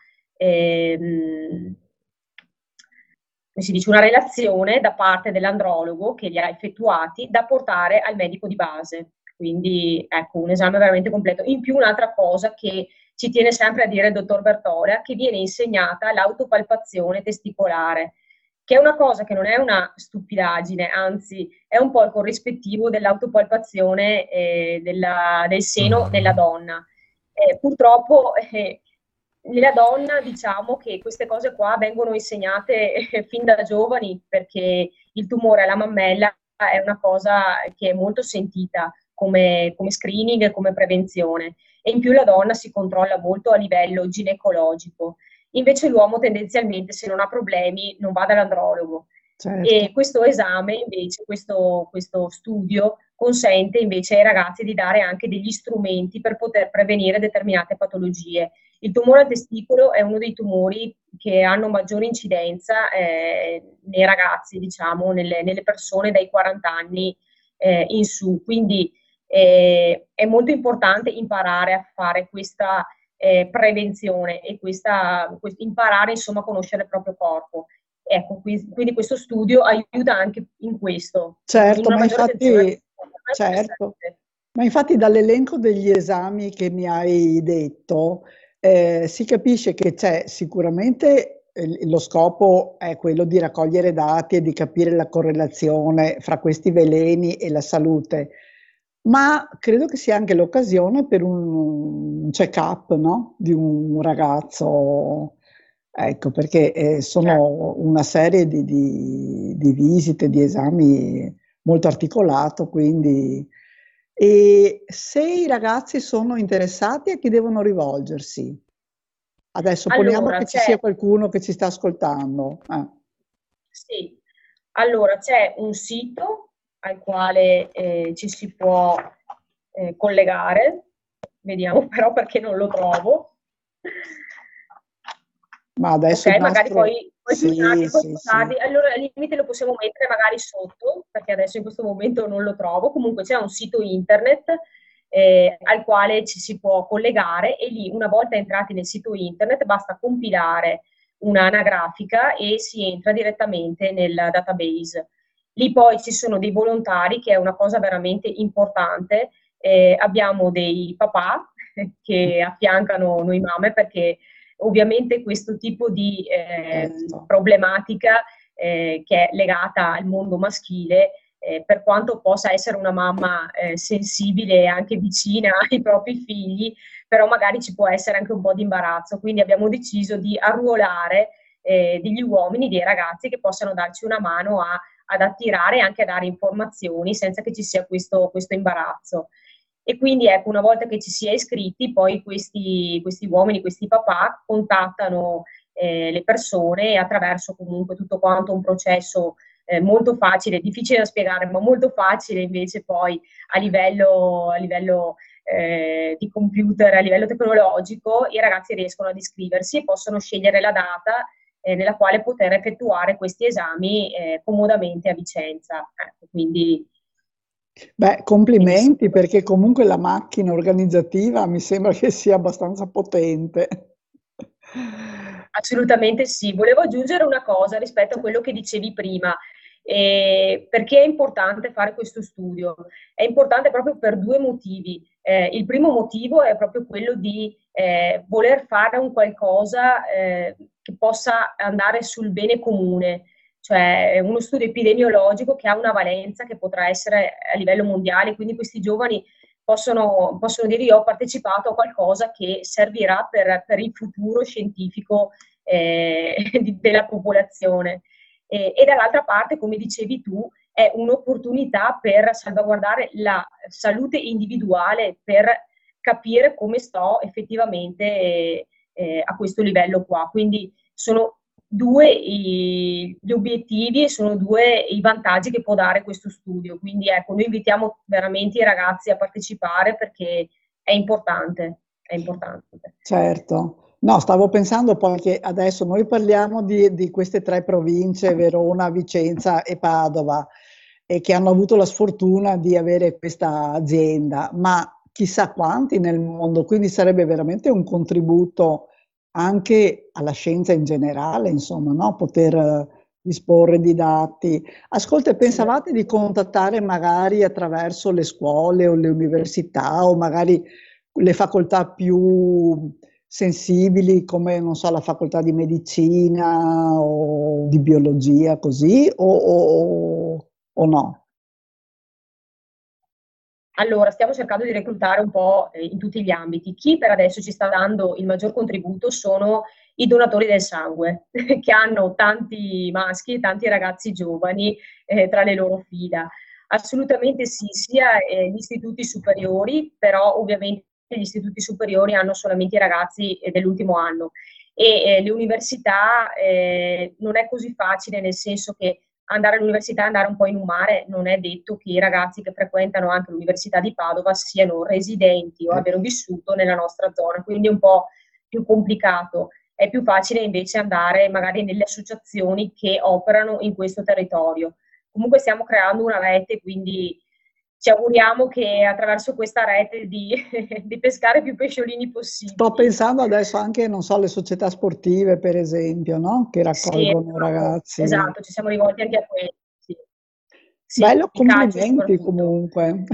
ehm, come si dice, una relazione da parte dell'andrologo che li ha effettuati da portare al medico di base. Quindi ecco, un esame veramente completo. In più un'altra cosa che ci tiene sempre a dire il dottor Bertola, che viene insegnata l'autopalpazione testicolare, che è una cosa che non è una stupidaggine, anzi è un po' il corrispettivo dell'autopalpazione eh, della, del seno nella donna. Eh, purtroppo eh, nella donna diciamo che queste cose qua vengono insegnate eh, fin da giovani, perché il tumore alla mammella è una cosa che è molto sentita come, come screening e come prevenzione, e in più la donna si controlla molto a livello ginecologico. Invece l'uomo tendenzialmente, se non ha problemi, non va dall'andrologo. Certo. E questo esame, invece, questo, questo studio consente invece ai ragazzi di dare anche degli strumenti per poter prevenire determinate patologie. Il tumore al testicolo è uno dei tumori che hanno maggiore incidenza eh, nei ragazzi, diciamo, nelle, nelle persone dai quaranta anni eh, in su. Quindi eh, è molto importante imparare a fare questa eh, prevenzione e questa, quest- imparare insomma a conoscere il proprio corpo. Ecco, qui- quindi questo studio aiuta anche in questo. Certo, una ma maggiore attenzione infatti, al certo, presente. ma infatti dall'elenco degli esami che mi hai detto eh, si capisce che c'è sicuramente eh, lo scopo è quello di raccogliere dati e di capire la correlazione fra questi veleni e la salute, ma credo che sia anche l'occasione per un check-up, no? Di un ragazzo. Ecco, perché eh, sono una serie di, di- di visite, di esami molto articolato, quindi... E se i ragazzi sono interessati, a chi devono rivolgersi? Adesso poniamo Allora, che ci c'è sia qualcuno che ci sta ascoltando. Eh, Sì, allora c'è un sito al quale eh, ci si può eh, collegare, vediamo però perché non lo trovo. Ma adesso Ok, il magari nostro... poi, poi più Sì, tardi, poi sì, più sì. tardi, allora al limite lo possiamo mettere magari sotto, perché adesso in questo momento non lo trovo. Comunque c'è un sito internet eh, al quale ci si può collegare, e lì, una volta entrati nel sito internet, basta compilare un'anagrafica e si entra direttamente nel database. Lì poi ci sono dei volontari, che è una cosa veramente importante. Eh, abbiamo dei papà che affiancano noi mamme, perché ovviamente questo tipo di eh, Certo. problematica eh, che è legata al mondo maschile, eh, per quanto possa essere una mamma eh, sensibile e anche vicina ai propri figli, però magari ci può essere anche un po' di imbarazzo. Quindi abbiamo deciso di arruolare eh, degli uomini, dei ragazzi che possano darci una mano a, ad attirare e anche a dare informazioni senza che ci sia questo, questo imbarazzo. E quindi, ecco, una volta che ci si è iscritti, poi questi, questi uomini, questi papà contattano eh, le persone attraverso comunque tutto quanto un processo eh, molto facile, difficile da spiegare, ma molto facile invece poi a livello, a livello eh, di computer, a livello tecnologico. I ragazzi riescono ad iscriversi e possono scegliere la data eh, nella quale poter effettuare questi esami eh, comodamente a Vicenza. Ecco, quindi... Beh, complimenti, perché comunque la macchina organizzativa mi sembra che sia abbastanza potente. Assolutamente sì. Volevo aggiungere una cosa rispetto a quello che dicevi prima. Eh, perché è importante fare questo studio? È importante proprio per due motivi. Eh, il primo motivo è proprio quello di eh, voler fare un qualcosa eh, che possa andare sul bene comune, cioè uno studio epidemiologico che ha una valenza che potrà essere a livello mondiale, quindi questi giovani possono, possono dire: io ho partecipato a qualcosa che servirà per, per il futuro scientifico eh, di, della popolazione. E, e dall'altra parte, come dicevi tu, è un'opportunità per salvaguardare la salute individuale, per capire come sto effettivamente eh, eh, a questo livello qua. Quindi sono due i, gli obiettivi e sono due i vantaggi che può dare questo studio. Quindi ecco, noi invitiamo veramente i ragazzi a partecipare, perché è importante, è importante. Certo. No, stavo pensando poi che adesso noi parliamo di, di queste tre province, Verona, Vicenza e Padova, e che hanno avuto la sfortuna di avere questa azienda, ma chissà quanti nel mondo, quindi sarebbe veramente un contributo anche alla scienza in generale, insomma, no? Poter eh, disporre di dati. Ascolta, pensavate di contattare magari attraverso le scuole o le università, o magari le facoltà più sensibili, come, non so, la facoltà di medicina o di biologia, così, o, o, o no? Allora, stiamo cercando di reclutare un po' eh, in tutti gli ambiti. Chi per adesso ci sta dando il maggior contributo sono i donatori del sangue, che hanno tanti maschi e tanti ragazzi giovani eh, tra le loro fila. Assolutamente sì, sia eh, gli istituti superiori, però ovviamente gli istituti superiori hanno solamente i ragazzi eh, dell'ultimo anno, e eh, le università eh, non è così facile, nel senso che andare all'università e andare un po' in un mare, non è detto che i ragazzi che frequentano anche l'Università di Padova siano residenti o abbiano vissuto nella nostra zona, quindi è un po' più complicato. È più facile invece andare magari nelle associazioni che operano in questo territorio. Comunque stiamo creando una rete, quindi ci auguriamo che attraverso questa rete di, di pescare più pesciolini possibili. Sto pensando adesso anche, non so, alle società sportive, per esempio, no? Che raccolgono sì, ragazzi. Esatto, ci siamo rivolti anche a questo. Sì. Sì, Bello, complimenti complimenti comunque.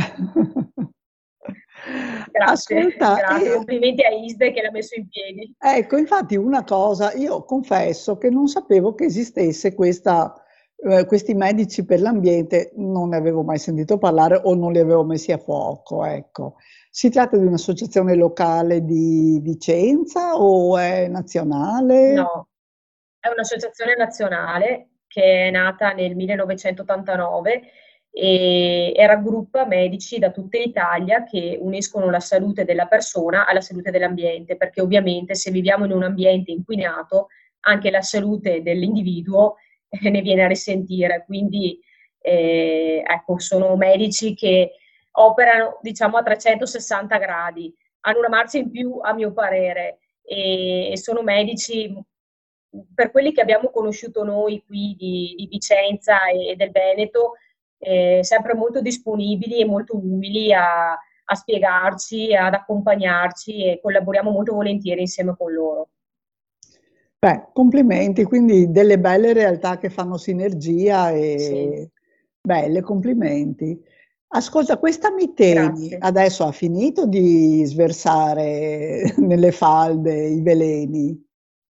Grazie, Ascolta, grazie. eh, Complimenti a ISDE che l'ha messo in piedi. ecco, infatti una cosa, io confesso che non sapevo che esistesse questa, eh, questi medici per l'ambiente, non ne avevo mai sentito parlare o non li avevo messi a fuoco, ecco. Si tratta di un'associazione locale di Vicenza o è nazionale? No, è un'associazione nazionale che è nata nel millenovecentottantanove e, e raggruppa medici da tutta Italia che uniscono la salute della persona alla salute dell'ambiente, perché ovviamente se viviamo in un ambiente inquinato, anche la salute dell'individuo eh, ne viene a risentire. Quindi eh, ecco, sono medici che operano, diciamo, a trecentosessanta gradi, hanno una marcia in più a mio parere, e sono medici, per quelli che abbiamo conosciuto noi qui di, di Vicenza e del Veneto, eh, sempre molto disponibili e molto umili a, a spiegarci, ad accompagnarci e collaboriamo molto volentieri insieme con loro. Beh, complimenti, quindi delle belle realtà che fanno sinergia e Sì. belle, complimenti. Ascolta, questa Miteni Grazie. adesso ha finito di sversare nelle falde i veleni?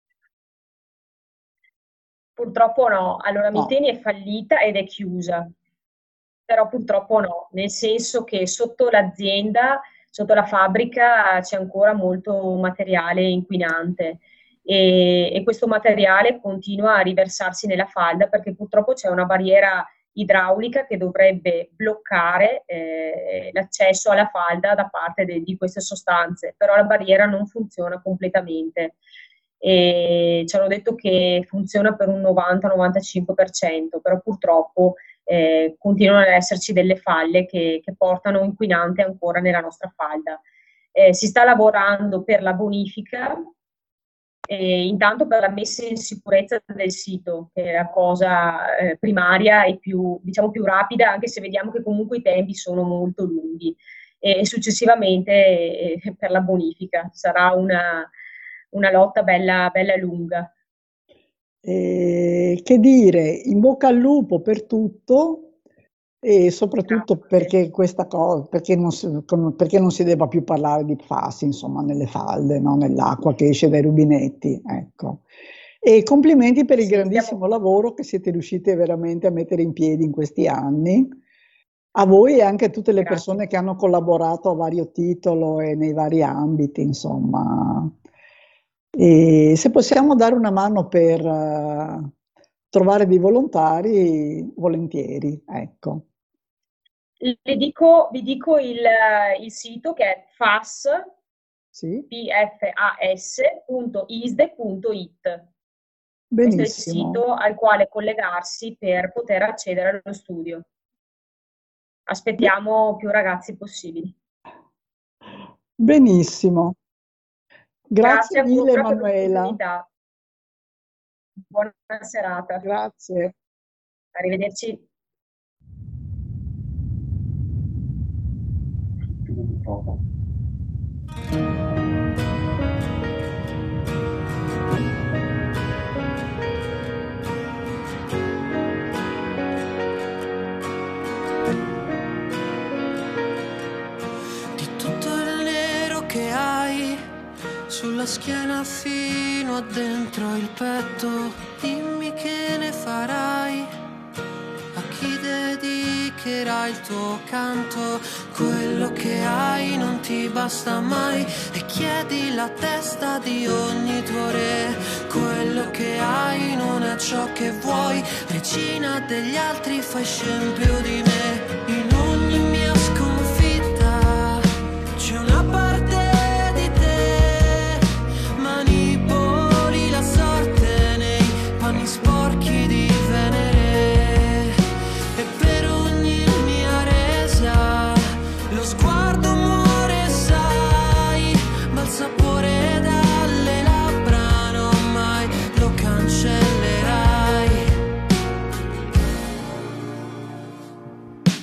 Purtroppo no. Allora, No. Miteni è fallita ed è chiusa, però purtroppo no, nel senso che sotto l'azienda, sotto la fabbrica c'è ancora molto materiale inquinante e, e questo materiale continua a riversarsi nella falda perché purtroppo c'è una barriera idraulica che dovrebbe bloccare eh, l'accesso alla falda da parte de, di queste sostanze, però la barriera non funziona completamente. E ci hanno detto che funziona per un novanta novantacinque per cento, però purtroppo eh, continuano ad esserci delle falle che, che portano inquinante ancora nella nostra falda. Eh, si sta lavorando per la bonifica e intanto per la messa in sicurezza del sito, che è la cosa eh, primaria e più, diciamo, più rapida, anche se vediamo che comunque i tempi sono molto lunghi. E, e successivamente eh, per la bonifica sarà una, una lotta bella, bella lunga. E, che dire, in bocca al lupo per tutto e soprattutto Grazie. perché questa cosa, perché non si, con- perché non si debba più parlare di P FAS, insomma, nelle falde, no? Nell'acqua che esce dai rubinetti, ecco. E complimenti per il Sì, grandissimo stiamo- lavoro che siete riusciti veramente a mettere in piedi in questi anni. A voi e anche a tutte le Grazie. persone che hanno collaborato a vario titolo e nei vari ambiti, insomma. E se possiamo dare una mano per eh, trovare dei volontari, volentieri, ecco. Le dico, vi dico il, il sito che è fas, Sì, pfas punto isde punto it. Questo è il benissimo, sito al quale collegarsi per poter accedere allo studio. Aspettiamo più ragazzi possibili. benissimo. Grazie Grazie mille, ancora per Emanuela. l'opportunità. Buona serata. Grazie. Arrivederci. Di tutto il nero che hai sulla schiena fino a dentro il petto, dimmi che ne farai, a chi dedicherai il tuo canto. Quello che hai non ti basta mai e chiedi la testa di ogni tuo re. Quello che hai non è ciò che vuoi, regina degli altri fai scempio di me. In ogni mia sconfitta c'è una parte di te, manipoli la sorte nei panni sporchi di Venere e per ogni mia resa lo sguardo muore, sai, ma il sapore dalle labbra non mai lo cancellerai.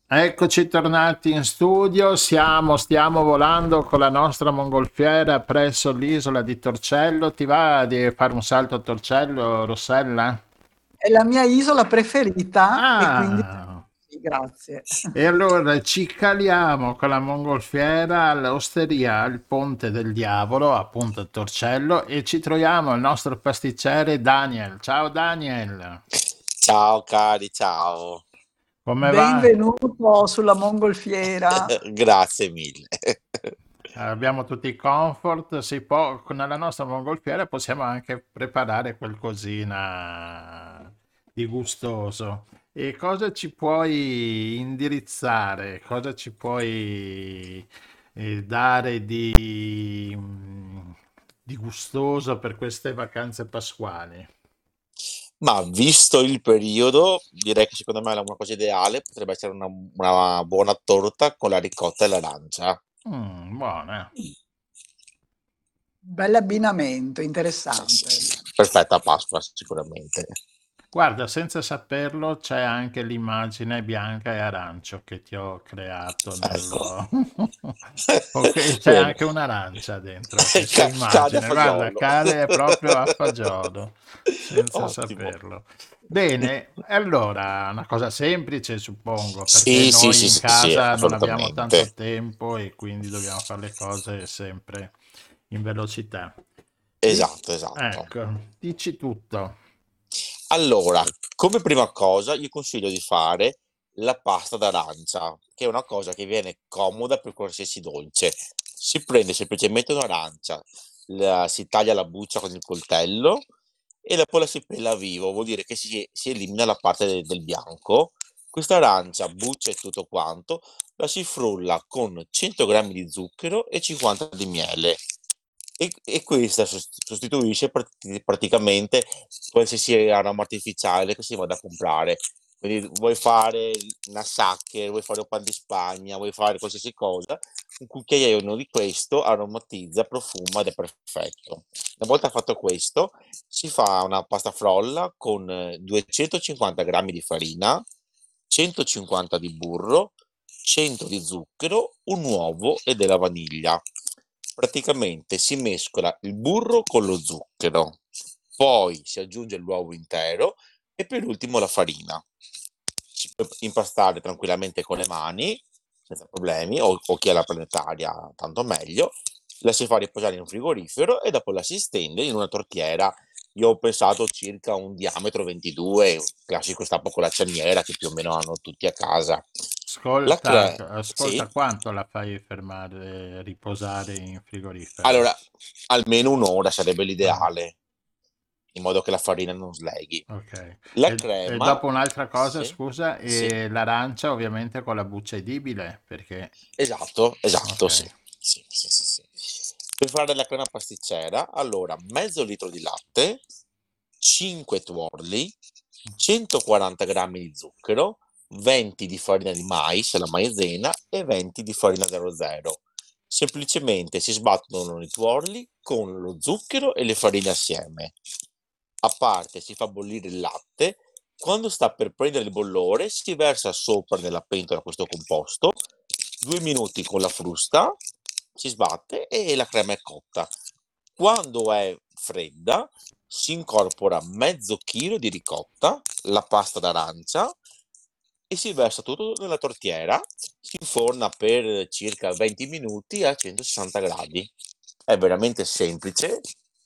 Eccoci tornati in studio, siamo, stiamo volando con la nostra mongolfiera presso l'isola di Torcello. Ti va di fare un salto a Torcello, Rossella? È la mia isola preferita e quindi Ah, sì, grazie. e allora ci caliamo con la mongolfiera all'osteria al Ponte del Diavolo, appunto a Torcello, e ci troviamo il nostro pasticcere Daniel. Ciao Daniel, Ciao cari, ciao. come va? Benvenuto sulla mongolfiera. Grazie mille. Abbiamo tutti i comfort, si può, con la nostra mongolfiera possiamo anche preparare qualcosina di gustoso. E cosa ci puoi indirizzare? Cosa ci puoi eh, dare di, mm, di gustoso per queste vacanze pasquali? Ma visto il periodo, direi che secondo me è una cosa ideale, potrebbe essere una, una buona torta con la ricotta e l'arancia. Mm, buona. Bell'abbinamento, Sì, sì, interessante. sì. Perfetta Pasqua, sicuramente. Guarda, senza saperlo c'è anche l'immagine bianca e arancio che ti ho creato Ecco. nello... Ok, c'è Bene. anche un'arancia dentro questa Ca- Cade a immagine. Guarda, fagiolo. cade proprio a fagiolo, senza Ottimo. saperlo. Bene, allora, una cosa semplice, suppongo, perché Sì, sì, noi sì, in sì, sì, casa non abbiamo tanto assolutamente. tempo e quindi dobbiamo fare le cose sempre in velocità. Di- Esatto, esatto. Ecco, dici tutto. Allora, come prima cosa, io consiglio di fare la pasta d'arancia, che è una cosa che viene comoda per qualsiasi dolce. Si prende semplicemente un'arancia, la- si taglia la buccia con il coltello e dopo la si pela a vivo, vuol dire che si, si elimina la parte de- del bianco. Questa arancia, buccia e tutto quanto, la si frulla con cento grammi di zucchero e cinquanta di miele. E, e questa sost- sostituisce prati- praticamente qualsiasi aroma artificiale che si vada a comprare. Quindi vuoi fare una sacche, vuoi fare un pan di Spagna, vuoi fare qualsiasi cosa, un cucchiaino di questo aromatizza, profuma ed è perfetto. Una volta fatto questo, si fa una pasta frolla con eh, duecentocinquanta grammi di farina, centocinquanta di burro, cento di zucchero, un uovo e della vaniglia. Praticamente si mescola il burro con lo zucchero, poi si aggiunge l'uovo intero e per ultimo la farina. Si può impastare tranquillamente con le mani, senza problemi, o, o chi ha la planetaria, tanto meglio. La si fa riposare in un frigorifero e dopo la si stende in una tortiera. Io ho pensato circa un diametro ventidue, classico stappo con la cerniera che più o meno hanno tutti a casa. La Ascolta, cre... Sì? ascolta quanto la fai fermare, riposare in frigorifero? Allora, almeno un'ora sarebbe Ah, l'ideale, in modo che la farina non sleghi. ok. La E, e crema, dopo un'altra cosa, sì, scusa, sì, e l'arancia ovviamente con la buccia edibile, perché... esatto, esatto, sì. Ok. Sì, sì, sì, sì. Per fare la crema pasticcera, allora, mezzo litro di latte, cinque tuorli, centoquaranta grammi di zucchero, venti di farina di mais, la maizena, e venti di farina zero zero. Semplicemente si sbattono i tuorli con lo zucchero e le farine assieme. A parte si fa bollire il latte, quando sta per prendere il bollore si versa sopra nella pentola questo composto, due minuti con la frusta, si sbatte e la crema è cotta. Quando è fredda si incorpora mezzo chilo di ricotta, la pasta d'arancia e si versa tutto nella tortiera, si inforna per circa venti minuti a centosessanta gradi. È veramente semplice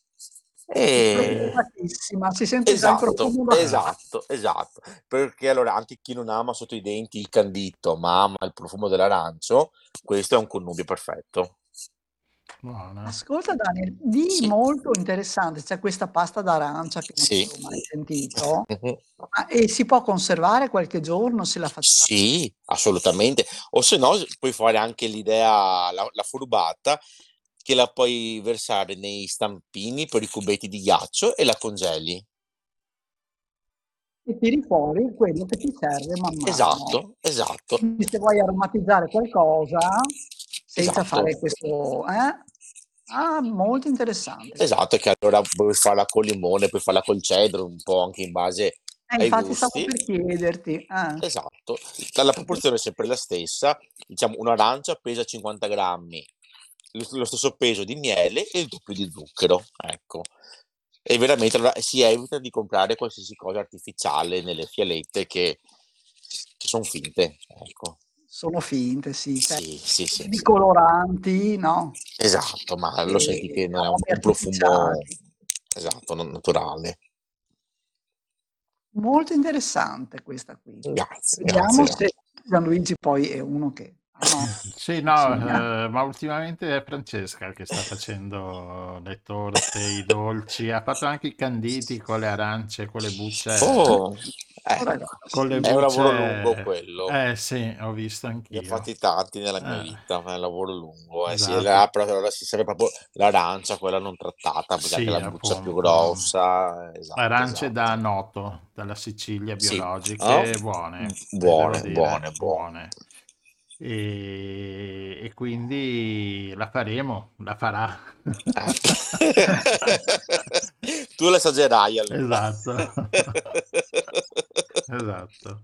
È e profumatissima, si sente già il esatto, profumo da qua. esatto, esatto. Perché allora anche chi non ama sotto i denti il candito, ma ama il profumo dell'arancio, questo è un connubio perfetto. Buona. Ascolta Daniel, di Sì, molto interessante, c'è questa pasta d'arancia che non sì. avevo mai sentito, ma e si può conservare qualche giorno se la facciamo? Sì, assolutamente. O se no, puoi fare anche l'idea, la, la furbata, che la puoi versare nei stampini per i cubetti di ghiaccio e la congeli. E tiri fuori quello che ti serve man mano. Esatto, esatto, Quindi se vuoi aromatizzare qualcosa senza esatto. fare questo, eh? Ah, molto interessante. Esatto, che allora puoi farla col limone, puoi farla col cedro, un po' anche in base Eh, ai infatti stavo gusti. per chiederti. Ah, Esatto, la proporzione è sempre la stessa, diciamo un'arancia pesa cinquanta grammi, lo lo stesso peso di miele e il doppio di zucchero, ecco. E veramente allora si evita di comprare qualsiasi cosa artificiale nelle fialette che che son finte, ecco. sono finte, sì, cioè Sì, sì, sì, di sì. coloranti, no? Esatto, ma lo senti E che non è un aromi un profumo artificiali. esatto, non naturale. Molto interessante questa qui. Grazie, grazie, Vediamo se grazie. Gianluigi poi è uno che ha no Sì, no, cucina. eh, ma ultimamente è Francesca che sta facendo le torte, i dolci, ha fatto anche i canditi con le arance, con le bucce, Oh, Ora ecco, con le è un lavoro lungo bucce, quello. eh sì, ho visto Ne ho anch'io. fatti tanti nella mia Eh, vita, ma è un lavoro lungo, eh sì, e esatto, là però allora si serve proprio l'arancia, quella non trattata, perché anche sì, la buccia più appunto. grossa, esatto, Arance da esatto. Noto, dalla Sicilia, Sì, ah? biologiche, buone, eh, devo Buone, dire, buone, buone. buone. E, e quindi la faremo, la farà. Eh. Tu l'esagerai allora. Esatto. Esatto.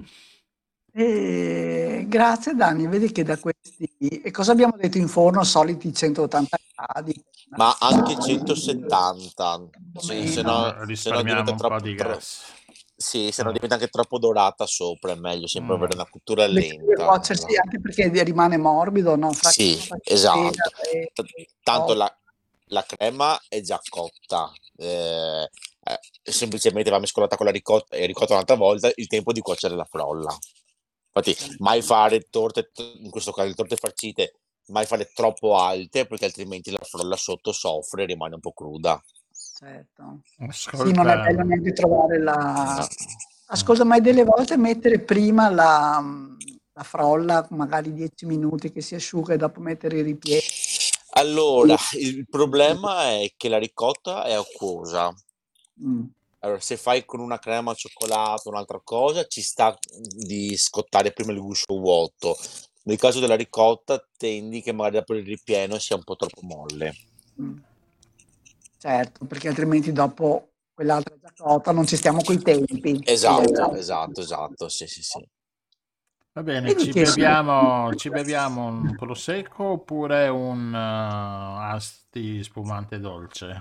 E grazie Dani, vedi che da questi e cosa abbiamo detto in forno? Soliti centottanta gradi, Ma anche centosettanta, più o sì, se meno. no, Eh, se no diventa risparmiamo un po' troppo, di tro- gas. sì, se no Eh, diventa anche troppo dorata sopra, è meglio sempre avere mm. una cottura Le due lenta. cuoce sì, anche perché rimane morbido, no? Fra Sì, carota, esatto. cheddar T- e Tanto oh, la, la crema è già cotta, eh, eh, semplicemente va mescolata con la ricotta e ricotta un'altra volta il tempo di cuocere la frolla. Infatti, mai certo, fare torte, in questo caso le torte farcite, mai fare troppo alte perché altrimenti la frolla sotto soffre e rimane un po' cruda. certo. Sì, non è Ascolta, bello neanche trovare la No. mm, ascolta, ma delle volte mettere prima la mhmm, la frolla, magari dieci minuti che si asciuga e dopo mettere i ripieni. Allora, il problema è che la ricotta è acquosa. Mh, Allora, se fai con una crema al cioccolato, un'altra cosa, ci sta di scottare prima il guscio vuoto. Nel caso della ricotta, tendi che magari dopo il ripieno sia un po' troppo molle. mh. Certo, perché altrimenti dopo quell'altra già cotta non ci stiamo coi tempi. Esatto, esatto, esatto, sì, sì, sì. va bene, Vedi ci che sono beviamo, ci beviamo un prosecco oppure un eh, asti spumante dolce?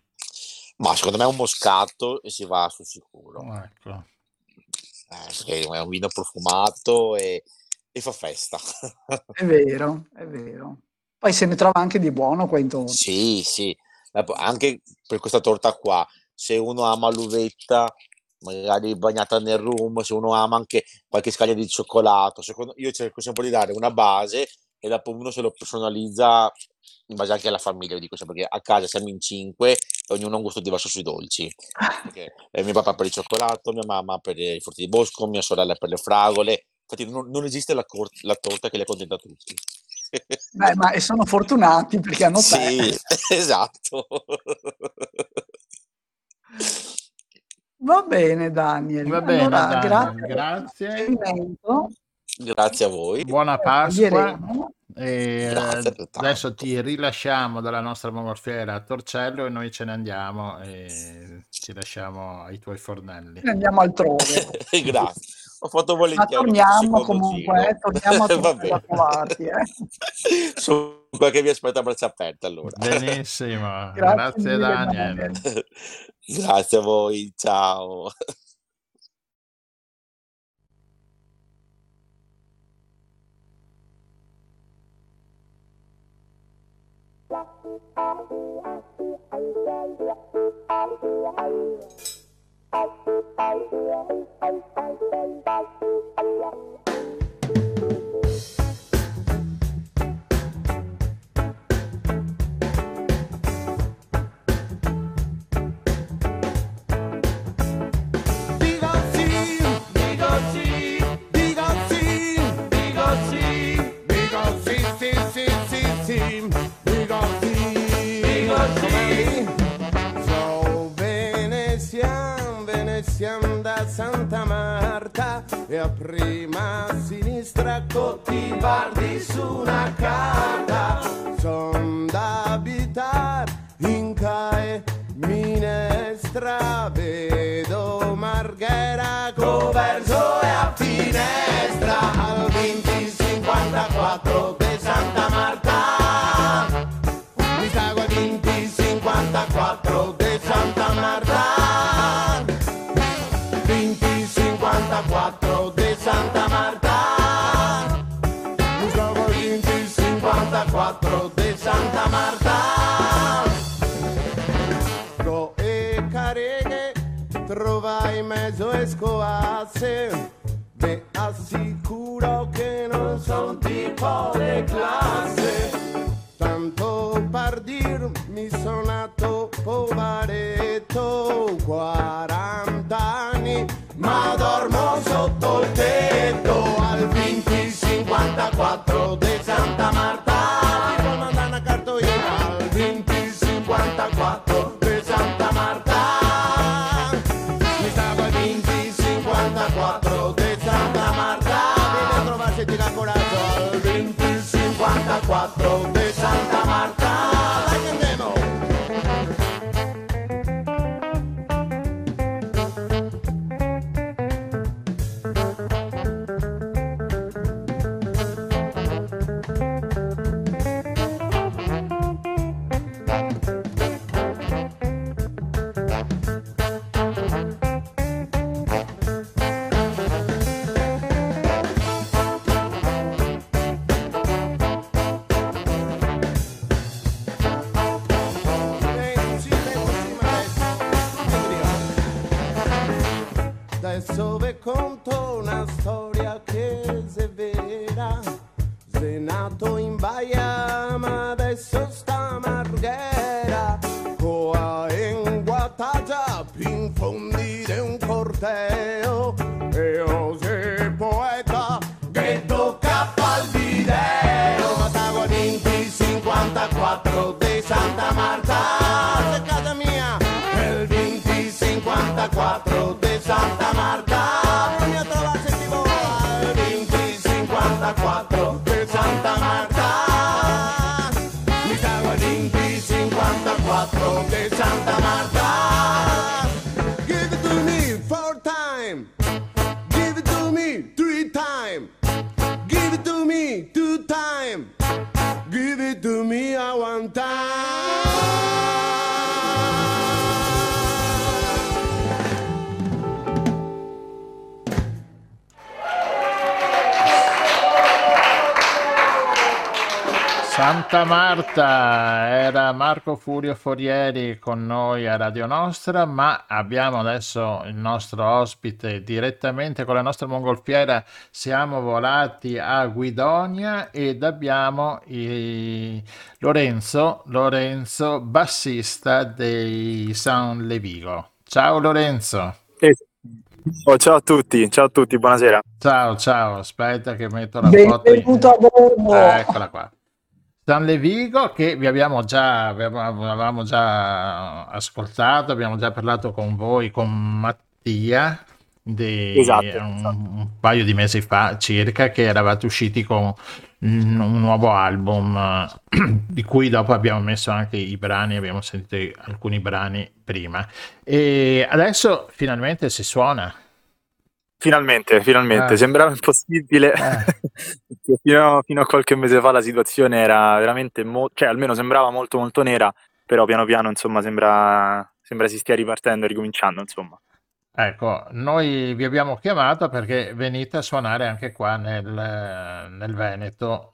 Ma secondo me è un moscato e si va sul sicuro. Ecco. Eh, perché è un vino profumato e, e fa festa. è vero, è vero. Poi se ne trova anche di buono qua intorno. Sì, sì, la- anche per questa torta qua, se uno ama l'uvetta, magari bagnata nel rum, se uno ama anche qualche scaglia di cioccolato, secondo, io cerco sempre di dare una base e dopo uno se lo personalizza in base anche alla famiglia, io dico sempre che a casa siamo in cinque e ognuno ha un gusto diverso sui dolci. Perché eh, mio papà per il cioccolato, mia mamma per i frutti di bosco, mia sorella per le fragole. Infatti non, non esiste la, cor- la torta che li accontenta tutti. Beh, ma e sono fortunati perché hanno te. Sì, esatto. Va bene Daniel, Va bene, allora Daniel, grazie per il grazie. suggerimento, Grazie a voi. Buona eh, Pasqua. toglieremo. E Grazie eh, adesso altrettanto. ti rilasciamo dalla nostra mongolfiera a Torcello e noi ce ne andiamo e ci lasciamo ai tuoi fornelli. E andiamo altrove. Grazie. Ho fatto Ma volentieri questo torniamo secondo comunque, giro. eh, torniamo a Va Torcello a bene. trovarti, eh. Sono qua che vi aspetto a braccia aperte allora. Benissimo, Grazie grazie mille Daniel. Daniel. Grazie a voi, ciao. Dico sì, dico sì, dico sì, dico sì, dico sì, sì, sì, sì, sì, dico sì, dico sì. So venezian, venezian da Santa Marta e a prima a sinistra Cotivardi su una carta. Son da abitar in Cae Minestra, vedo Margherita trovai mezzo e scovasse, vi assicuro che non son tipo de classe. Tanto per dir mi son nato povaretto, quaranta anni, ma dormo sotto il tetto al venti cinquantaquattro di Santa Marta. Ti puoi mandare una cartolina al venti cinquantaquattro di Santa Marta. Mi stavo al venti cinquantaquattro di Santa Marta. Vieni a trovarsi ti dà coraggio al venti cinquantaquattro di Santa Marta. Dai che andiamo! Adesso vi conto una storia che se vera. Sei nato in Baia ma adesso sta a Marghera. Coa in Guatagia in fondi di un corteo. E io sei poeta che tocca al video. Ma stavo a venti cinquantaquattro di Santa Marta. Se casa mia è il venti cinquantaquattro di Santa Marta. Vieni a trovarsi tipo al venti cinquantaquattro di Santa Marta. Mi stavo al venti cinquantaquattro di Santa Marta. Give it to me four time. Give it to me three time. Give it to me two time. Give it to me a one time. Santa Marta, era Marco Furio Forieri con noi a Radio Nostra, ma abbiamo adesso il nostro ospite direttamente con la nostra mongolfiera. Siamo volati a Guidonia ed abbiamo i- Lorenzo, Lorenzo, bassista dei San Levigo. Ciao Lorenzo. Eh, oh, ciao a tutti, ciao a tutti, buonasera. Ciao, ciao, aspetta che metto la foto. Benvenuto a bordo. Eh, Eccola qua. San Levigo che vi abbiamo già, abbiamo- avevamo già ascoltato, abbiamo già parlato con voi, con Mattia, di Esatto, un, esatto. un paio di mesi fa circa, che eravate usciti con un, un nuovo album, eh, di cui dopo abbiamo messo anche i brani, abbiamo sentito alcuni brani prima. E adesso finalmente si suona. Finalmente, finalmente, Eh, sembrava impossibile, eh. perché fino, fino a qualche mese fa la situazione era veramente, mo- cioè almeno sembrava molto molto nera, però piano piano insomma sembra, sembra si stia ripartendo e ricominciando insomma. Ecco, noi vi abbiamo chiamato perché venite a suonare anche qua nel, nel Veneto,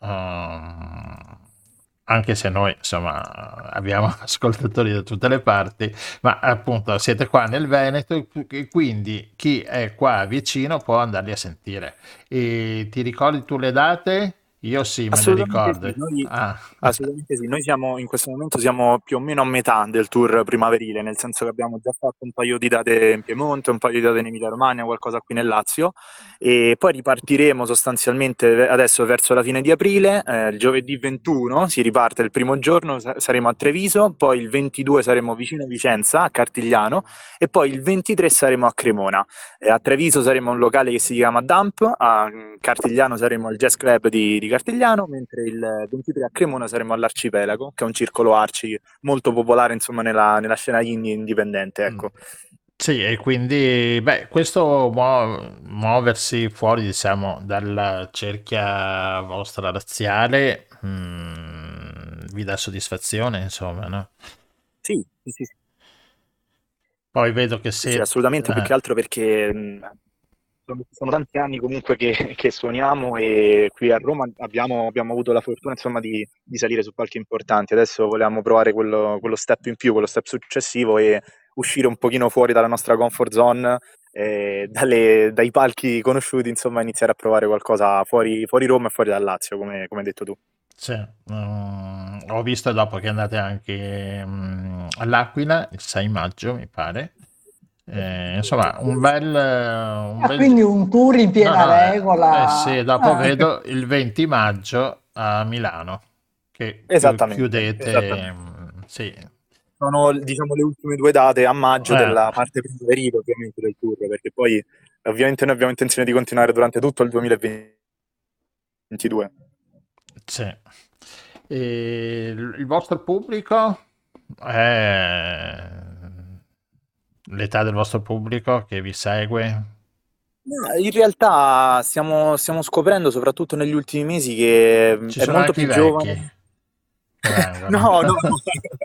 ehm, anche se noi insomma abbiamo ascoltatori da tutte le parti, ma appunto siete qua nel Veneto e quindi chi è qua vicino può andarli a sentire. E ti ricordi tu le date? Io sì, me ne Assolutamente sì, ricordo. noi, Ah, assolutamente sì, noi siamo in questo momento siamo più o meno a metà del tour primaverile, nel senso che abbiamo già fatto un paio di date in Piemonte, un paio di date in Emilia Romagna, qualcosa qui nel Lazio e poi ripartiremo sostanzialmente ve- adesso verso la fine di aprile, eh, il giovedì ventuno si riparte il primo giorno, sa- saremo a Treviso, poi il ventidue saremo vicino a Vicenza, a Cartigliano e poi il ventitré saremo a Cremona. Eh, a Treviso saremo a un locale che si chiama Dump, a mm, Cartigliano saremo al Jazz Club di, di Cartigliano, mentre il ventitré a Cremona saremo all'Arcipelago, che è un circolo arci molto popolare insomma nella, nella scena indie indipendente, mm. ecco. Sì, e quindi, beh, questo muo- muoversi fuori, diciamo, dalla cerchia vostra razziale, mm, vi dà soddisfazione, insomma, no? Sì, sì, sì, sì. Poi vedo che Sì, sì, siete... assolutamente, più eh, che altro perché mh, sono, sono tanti anni comunque che, che suoniamo e qui a Roma abbiamo, abbiamo avuto la fortuna insomma di, di salire su palchi importanti. Adesso volevamo provare quello, quello step in più, quello step successivo e uscire un pochino fuori dalla nostra comfort zone, eh, dalle- dai palchi conosciuti, insomma, iniziare a provare qualcosa fuori, fuori Roma e fuori dal Lazio, come, come hai detto tu. Sì, mm, ho visto dopo che andate anche mm, all'Aquila il sei maggio, mi pare. Eh, insomma, un bel, un Ah, bel... quindi un tour in No, piena no, eh, eh regola. sì, dopo Ah, vedo il venti maggio a Milano che chiu- Esattamente, chiudete, esattamente. mm, sì. Sono, diciamo, le ultime due date a maggio Eh, della parte primaverile, ovviamente, del tour, perché poi ovviamente noi abbiamo intenzione di continuare durante tutto il duemilaventidue. sì. E il il vostro pubblico è l'età del vostro pubblico che vi segue? Ma in realtà stiamo, stiamo scoprendo, soprattutto negli ultimi mesi, che mm, Ci è sono molto anche i più vecchi giovane. che vengono. No, no, no.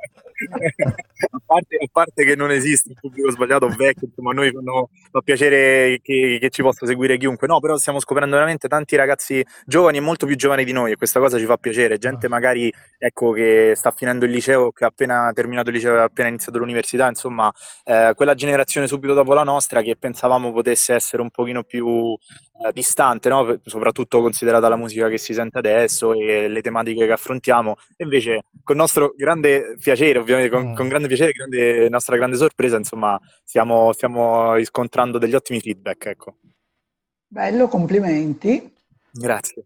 A parte, a parte che non esiste un pubblico sbagliato o vecchio, insomma, a noi fanno- fa piacere che, che ci possa seguire chiunque, no, però stiamo scoprendo veramente tanti ragazzi giovani e molto più giovani di noi e questa cosa ci fa piacere, gente magari, ecco, che sta finendo il liceo, che ha appena terminato il liceo e ha appena iniziato l'università, insomma, eh, quella generazione subito dopo la nostra che pensavamo potesse essere un pochino più eh, distante, no? Soprattutto considerata la musica che si sente adesso e le tematiche che affrontiamo. E invece, con nostro grande piacere, ovviamente, con, con Mm. grande piacere, grande, nostra grande sorpresa, insomma, stiamo, stiamo riscontrando degli ottimi feedback, ecco. bello, complimenti. Grazie.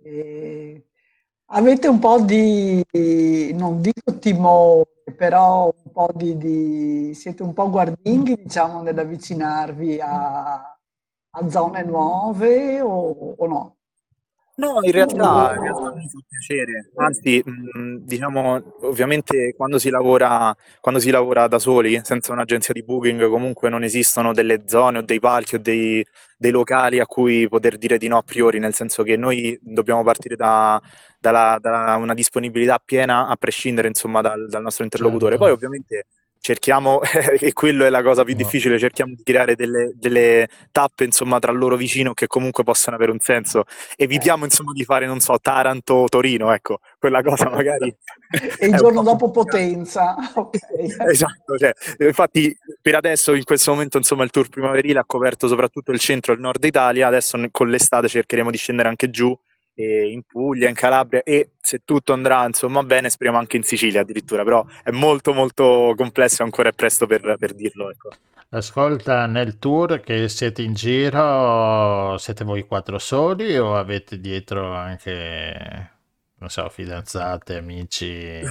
E avete un po' di, non dico timore, però un po' di, di- siete un po' guardinghi, diciamo, nell'avvicinarvi a, a zone nuove o, o no? No, in realtà, in realtà mi fa piacere, anzi, mh, diciamo, ovviamente quando si lavora, quando si lavora da soli, senza un'agenzia di booking, comunque non esistono delle zone o dei palchi o dei, dei locali a cui poter dire di no a priori, nel senso che noi dobbiamo partire da, dalla- da una disponibilità piena a prescindere, insomma, dal, dal nostro interlocutore. Certo. Poi ovviamente cerchiamo, e quello è la cosa più No. difficile, cerchiamo di creare delle, delle tappe, insomma, tra loro vicino che comunque possano avere un senso. Evitiamo insomma di fare, non so, Taranto-Torino, ecco, quella cosa magari E il è un giorno po' dopo complicata. Potenza, ok. Esatto, cioè, infatti per adesso in questo momento insomma il tour primaverile ha coperto soprattutto il centro e il nord Italia, adesso ne- con l'estate cercheremo di scendere anche giù eh, in Puglia, in Calabria e se tutto andrà insomma bene speriamo anche in Sicilia addirittura, però è molto molto complesso e ancora è presto per, per dirlo, ecco. Ascolta, nel tour che siete in giro, siete voi quattro soli o avete dietro anche, non so, fidanzate, amici?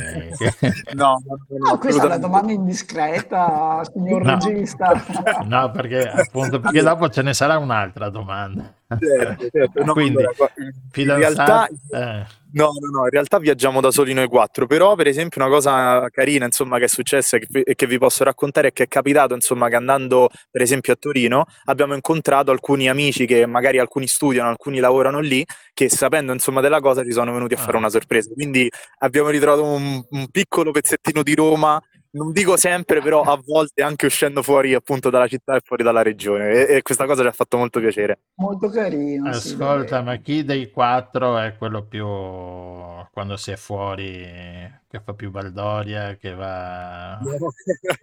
No, no, no, no, Ah, questa è una assolutamente. domanda indiscreta, signor No, regista. no, perché appunto perché Allora, dopo ce ne sarà un'altra domanda. certo, certo. No, Quindi, allora, gua- in realtà, fidanzati, eh, no, no, no, in realtà viaggiamo da soli noi quattro, però per esempio una cosa carina, insomma, che è successa e che, vi- e che vi posso raccontare è che è capitato, insomma, che andando per esempio a Torino abbiamo incontrato alcuni amici che magari alcuni studiano, alcuni lavorano lì, che sapendo, insomma, della cosa ci sono venuti a fare ah, una sorpresa. Quindi abbiamo ritrovato un, un piccolo pezzettino di Roma. Non dico sempre, però a volte anche uscendo fuori appunto dalla città e fuori dalla regione e, e questa cosa ci ha fatto molto piacere. Molto carino, sì, ascolta, ma davvero. chi dei quattro è quello più, quando si è fuori, che fa più baldoria, che va... No.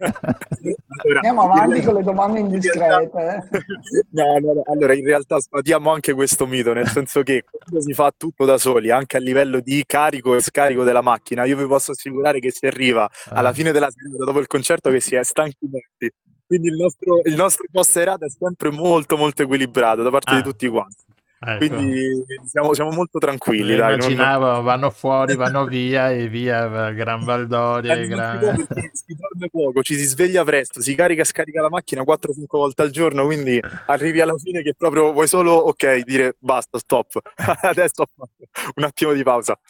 Allora, Andiamo in avanti realtà, con le domande in realtà- indiscrete. eh. no, no, no, allora in realtà sfatiamo anche questo mito, nel senso che quando si fa tutto da soli, anche a livello di carico e scarico della macchina, io vi posso assicurare che si arriva alla Ah, fine della serata, dopo il concerto, che si è stanchi morti. Quindi il nostro, il nostro post serata è sempre molto molto equilibrato da parte di ah, tutti quanti. ecco. Quindi siamo, siamo molto tranquilli, Eh, dai. Non, non- Immaginavo vanno fuori, vanno via e via Gran Valdoria Eh, e non si può Gran... perché si dorme poco, ci si sveglia presto, si carica e scarica la macchina quattro cinque volte al giorno, quindi arrivi alla fine che proprio vuoi solo, ok, dire basta, stop, adesso ho fatto un attimo di pausa.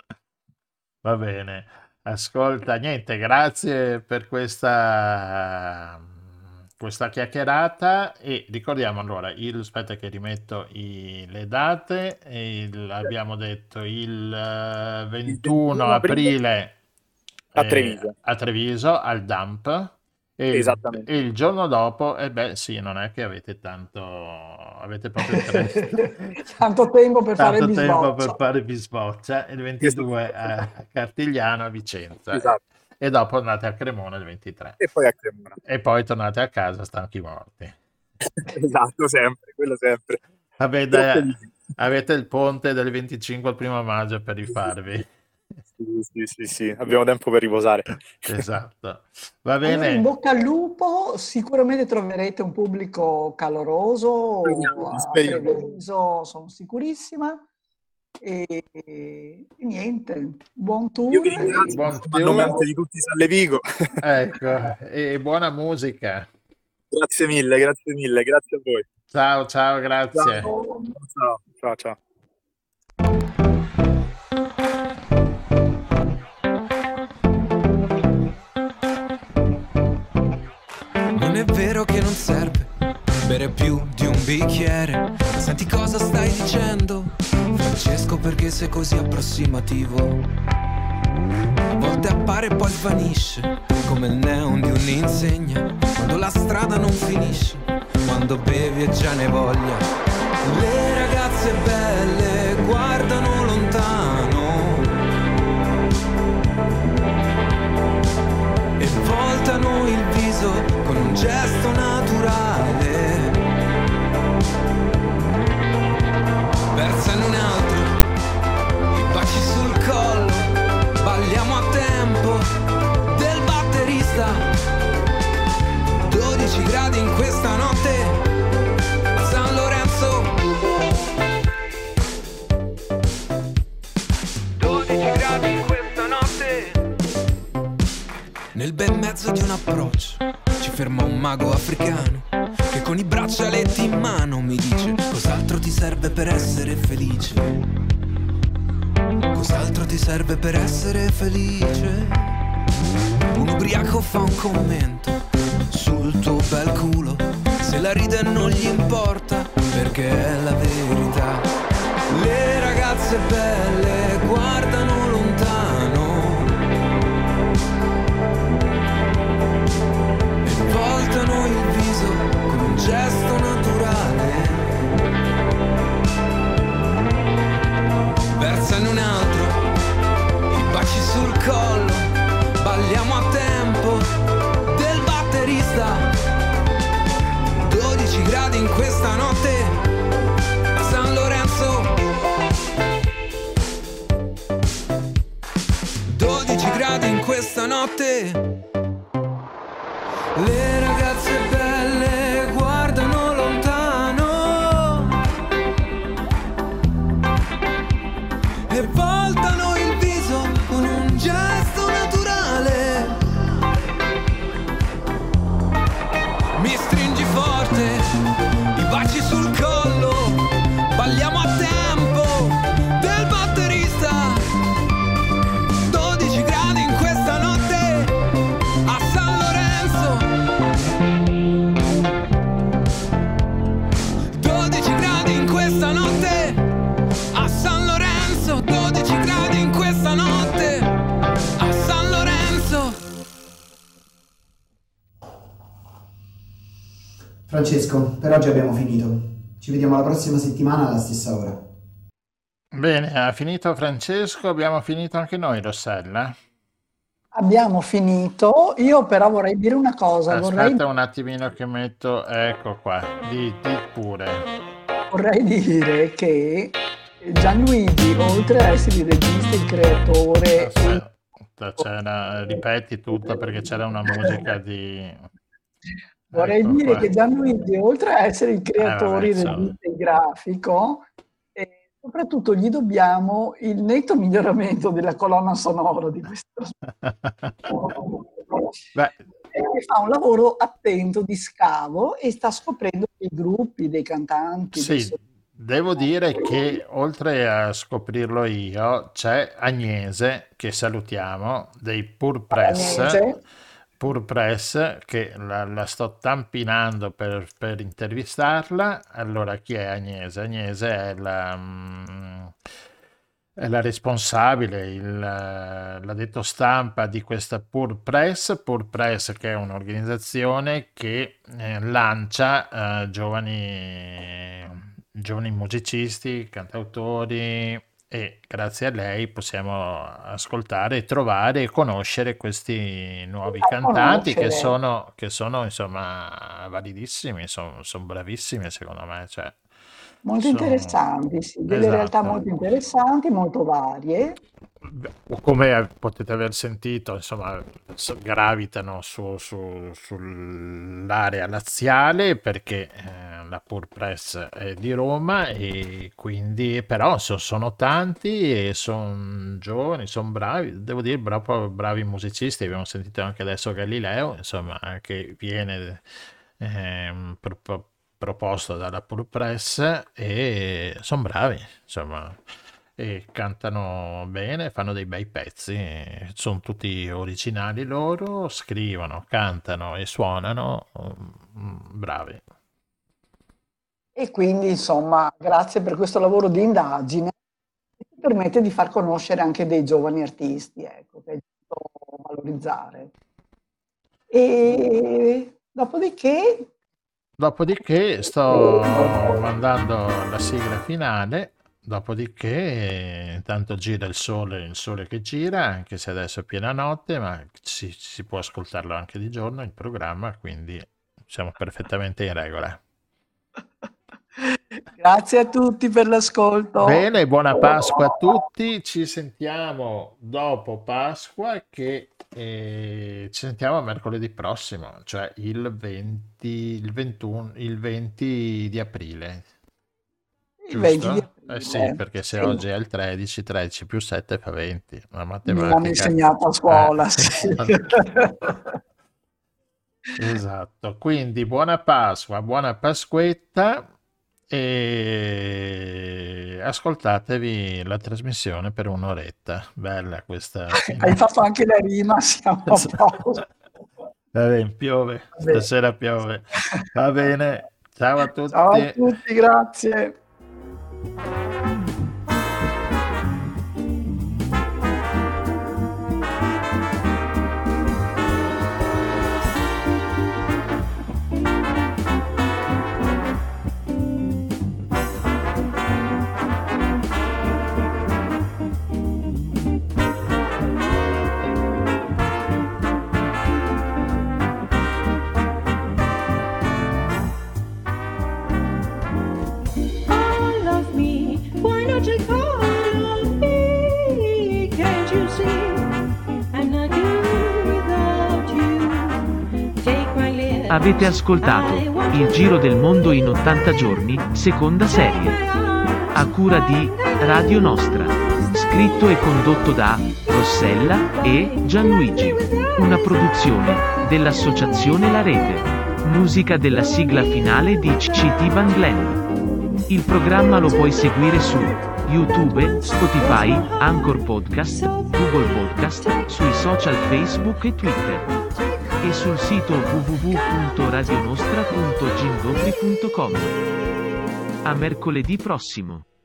Va bene. Ascolta, niente, grazie per questa, questa chiacchierata e ricordiamo allora, il, aspetta che rimetto i- le date, il- abbiamo detto il eh, Il ventuno ventuno aprile aprile a eh, Treviso, a Treviso, al Dump, e il, e esattamente. il giorno dopo, e beh sì, non è che avete tanto, avete proprio tre, Tanto tempo per fare tanto tempo per bisboccia. fare bisboccia, il Esatto, ventidue a Cartigliano a Vicenza. esatto. e dopo andate a Cremona il ventitré. E poi a Cremona. E poi tornate a casa stanchi morti. Esatto, sempre, quello sempre. Vabbè, Troppo dai, vicino. avete il ponte del venticinque al primo maggio per rifarvi. Sì, sì, sì, sì, abbiamo tempo per riposare. Esatto. Va Allora, in bene. bocca al lupo, sicuramente troverete un pubblico caloroso Speriamo, a speriamo. Treviso, sono sicurissima. E, e niente, buon Io tour. vi ringrazio Buon a nome tour. anche di tutti i Sallevigo. Ecco, e buona musica. Grazie mille, grazie mille, grazie a voi. Ciao, ciao, grazie. Ciao, ciao, ciao, ciao. Non è vero che non serve bere più di un bicchiere. Senti cosa stai dicendo, Francesco, perché sei così approssimativo? A volte appare e poi svanisce, come il neon di un'insegna, quando la strada non finisce, quando bevi e già ne voglia. Le ragazze belle guardano lontano e voltano il viso con un gesto naturale. Versano un altro, i baci sul collo, balliamo a tempo del batterista. dodici gradi in questa notte a San Lorenzo. dodici gradi in questa notte. Nel bel mezzo di un approccio ci ferma un mago africano che con i braccialetti in mano mi dice: cos'altro ti serve per essere felice? Cos'altro ti serve per essere felice? Un ubriaco fa un commento sul tuo bel culo, se la ride non gli importa perché è la verità. Le ragazze belle guardano lontano e voltano il viso con un gesto naturale. Versano un altro, i baci sul collo, balliamo a tempo del batterista. dodici gradi in questa notte a San Lorenzo. dodici gradi in questa notte. Le ragazze belle guardano lontano e voltano il viso con un gesto naturale. Mi stringi forte, i baci sul collo, balliamo a tempo del batterista. dodici gradi in questa notte a San Lorenzo. dodici gradi in questa notte a San Lorenzo. dodici gradi in questa notte a San Lorenzo. Francesco, per oggi abbiamo finito. Ci vediamo la prossima settimana alla stessa ora. Bene, ha finito Francesco, abbiamo finito anche noi, Rossella. Abbiamo finito, io però vorrei dire una cosa, vorrei, Aspetta un attimino che metto, ecco qua, di, di pure. vorrei dire che Gianluigi, oltre a essere il regista, il creatore, Aspetta, c'era, ripeti tutto perché c'era una musica di... vorrei Ecco dire qua. che Gianluigi, oltre a essere il creatore, Eh, il vabbè, insomma. regista, il grafico, eh, soprattutto gli dobbiamo il netto miglioramento della colonna sonora di questo Beh, e fa un lavoro attento di scavo e sta scoprendo dei gruppi, dei cantanti, dei sì, devo dire che oltre a scoprirlo io, c'è Agnese, che salutiamo, dei Pur Press, Agnese. Pur Press, che la, la sto tampinando per, per intervistarla. Allora, chi è Agnese? Agnese è la, mm, è la responsabile, il, l'addetto stampa di questa Pur Press, Pur Press che è un'organizzazione che eh, lancia eh, giovani, giovani musicisti, cantautori e grazie a lei possiamo ascoltare, trovare e conoscere questi nuovi cantanti che sono, che sono insomma validissimi, sono, sono bravissimi secondo me. Cioè, molto sono... interessanti, sì, delle esatto. realtà molto interessanti, molto varie. Come potete aver sentito, insomma, gravitano su, su, sull'area laziale perché eh, la Pur Press è di Roma e quindi però so, sono tanti e sono giovani, sono bravi, devo dire proprio bravi musicisti. Abbiamo sentito anche adesso Galileo, insomma, che viene eh, pro, pro, proposto dalla Pur Press e sono bravi, insomma. E cantano bene, fanno dei bei pezzi, sono tutti originali loro, scrivono, cantano e suonano, bravi. E quindi insomma grazie per questo lavoro di indagine che ci permette di far conoscere anche dei giovani artisti, ecco, che è giusto valorizzare. E dopodiché... Dopodiché sto mandando la sigla finale. Dopodiché intanto gira il sole, il sole che gira, anche se adesso è piena notte, ma si, si può ascoltarlo anche di giorno il programma, quindi siamo perfettamente in regola. Grazie a tutti per l'ascolto. Bene, buona Pasqua a tutti, ci sentiamo dopo Pasqua che eh, ci sentiamo mercoledì prossimo, cioè il venti, il ventuno, il venti di aprile. Il venti di Giusto? aprile. Eh sì, perché se Sì. oggi è il tredici, tredici più sette fa venti. La Mi matematica. l'hanno insegnato a scuola. Eh, Sì. esatto. Esatto. Quindi buona Pasqua, buona Pasquetta e ascoltatevi la trasmissione per un'oretta. Bella questa. Hai fatto anche la rima, siamo a posto. Va bene, piove, stasera piove. Va bene, ciao a tutti. Ciao a tutti, grazie. Avete ascoltato Il Giro del Mondo in ottanta giorni, seconda serie. A cura di Radio Nostra. Scritto e condotto da Rossella e Gianluigi. Una produzione dell'associazione La Rete. Musica della sigla finale di C C T Van Glen. Il programma lo puoi seguire su YouTube, Spotify, Anchor Podcast, Google Podcast, sui social Facebook e Twitter. E sul sito w w w punto radionostra punto gindotri punto com. A mercoledì prossimo.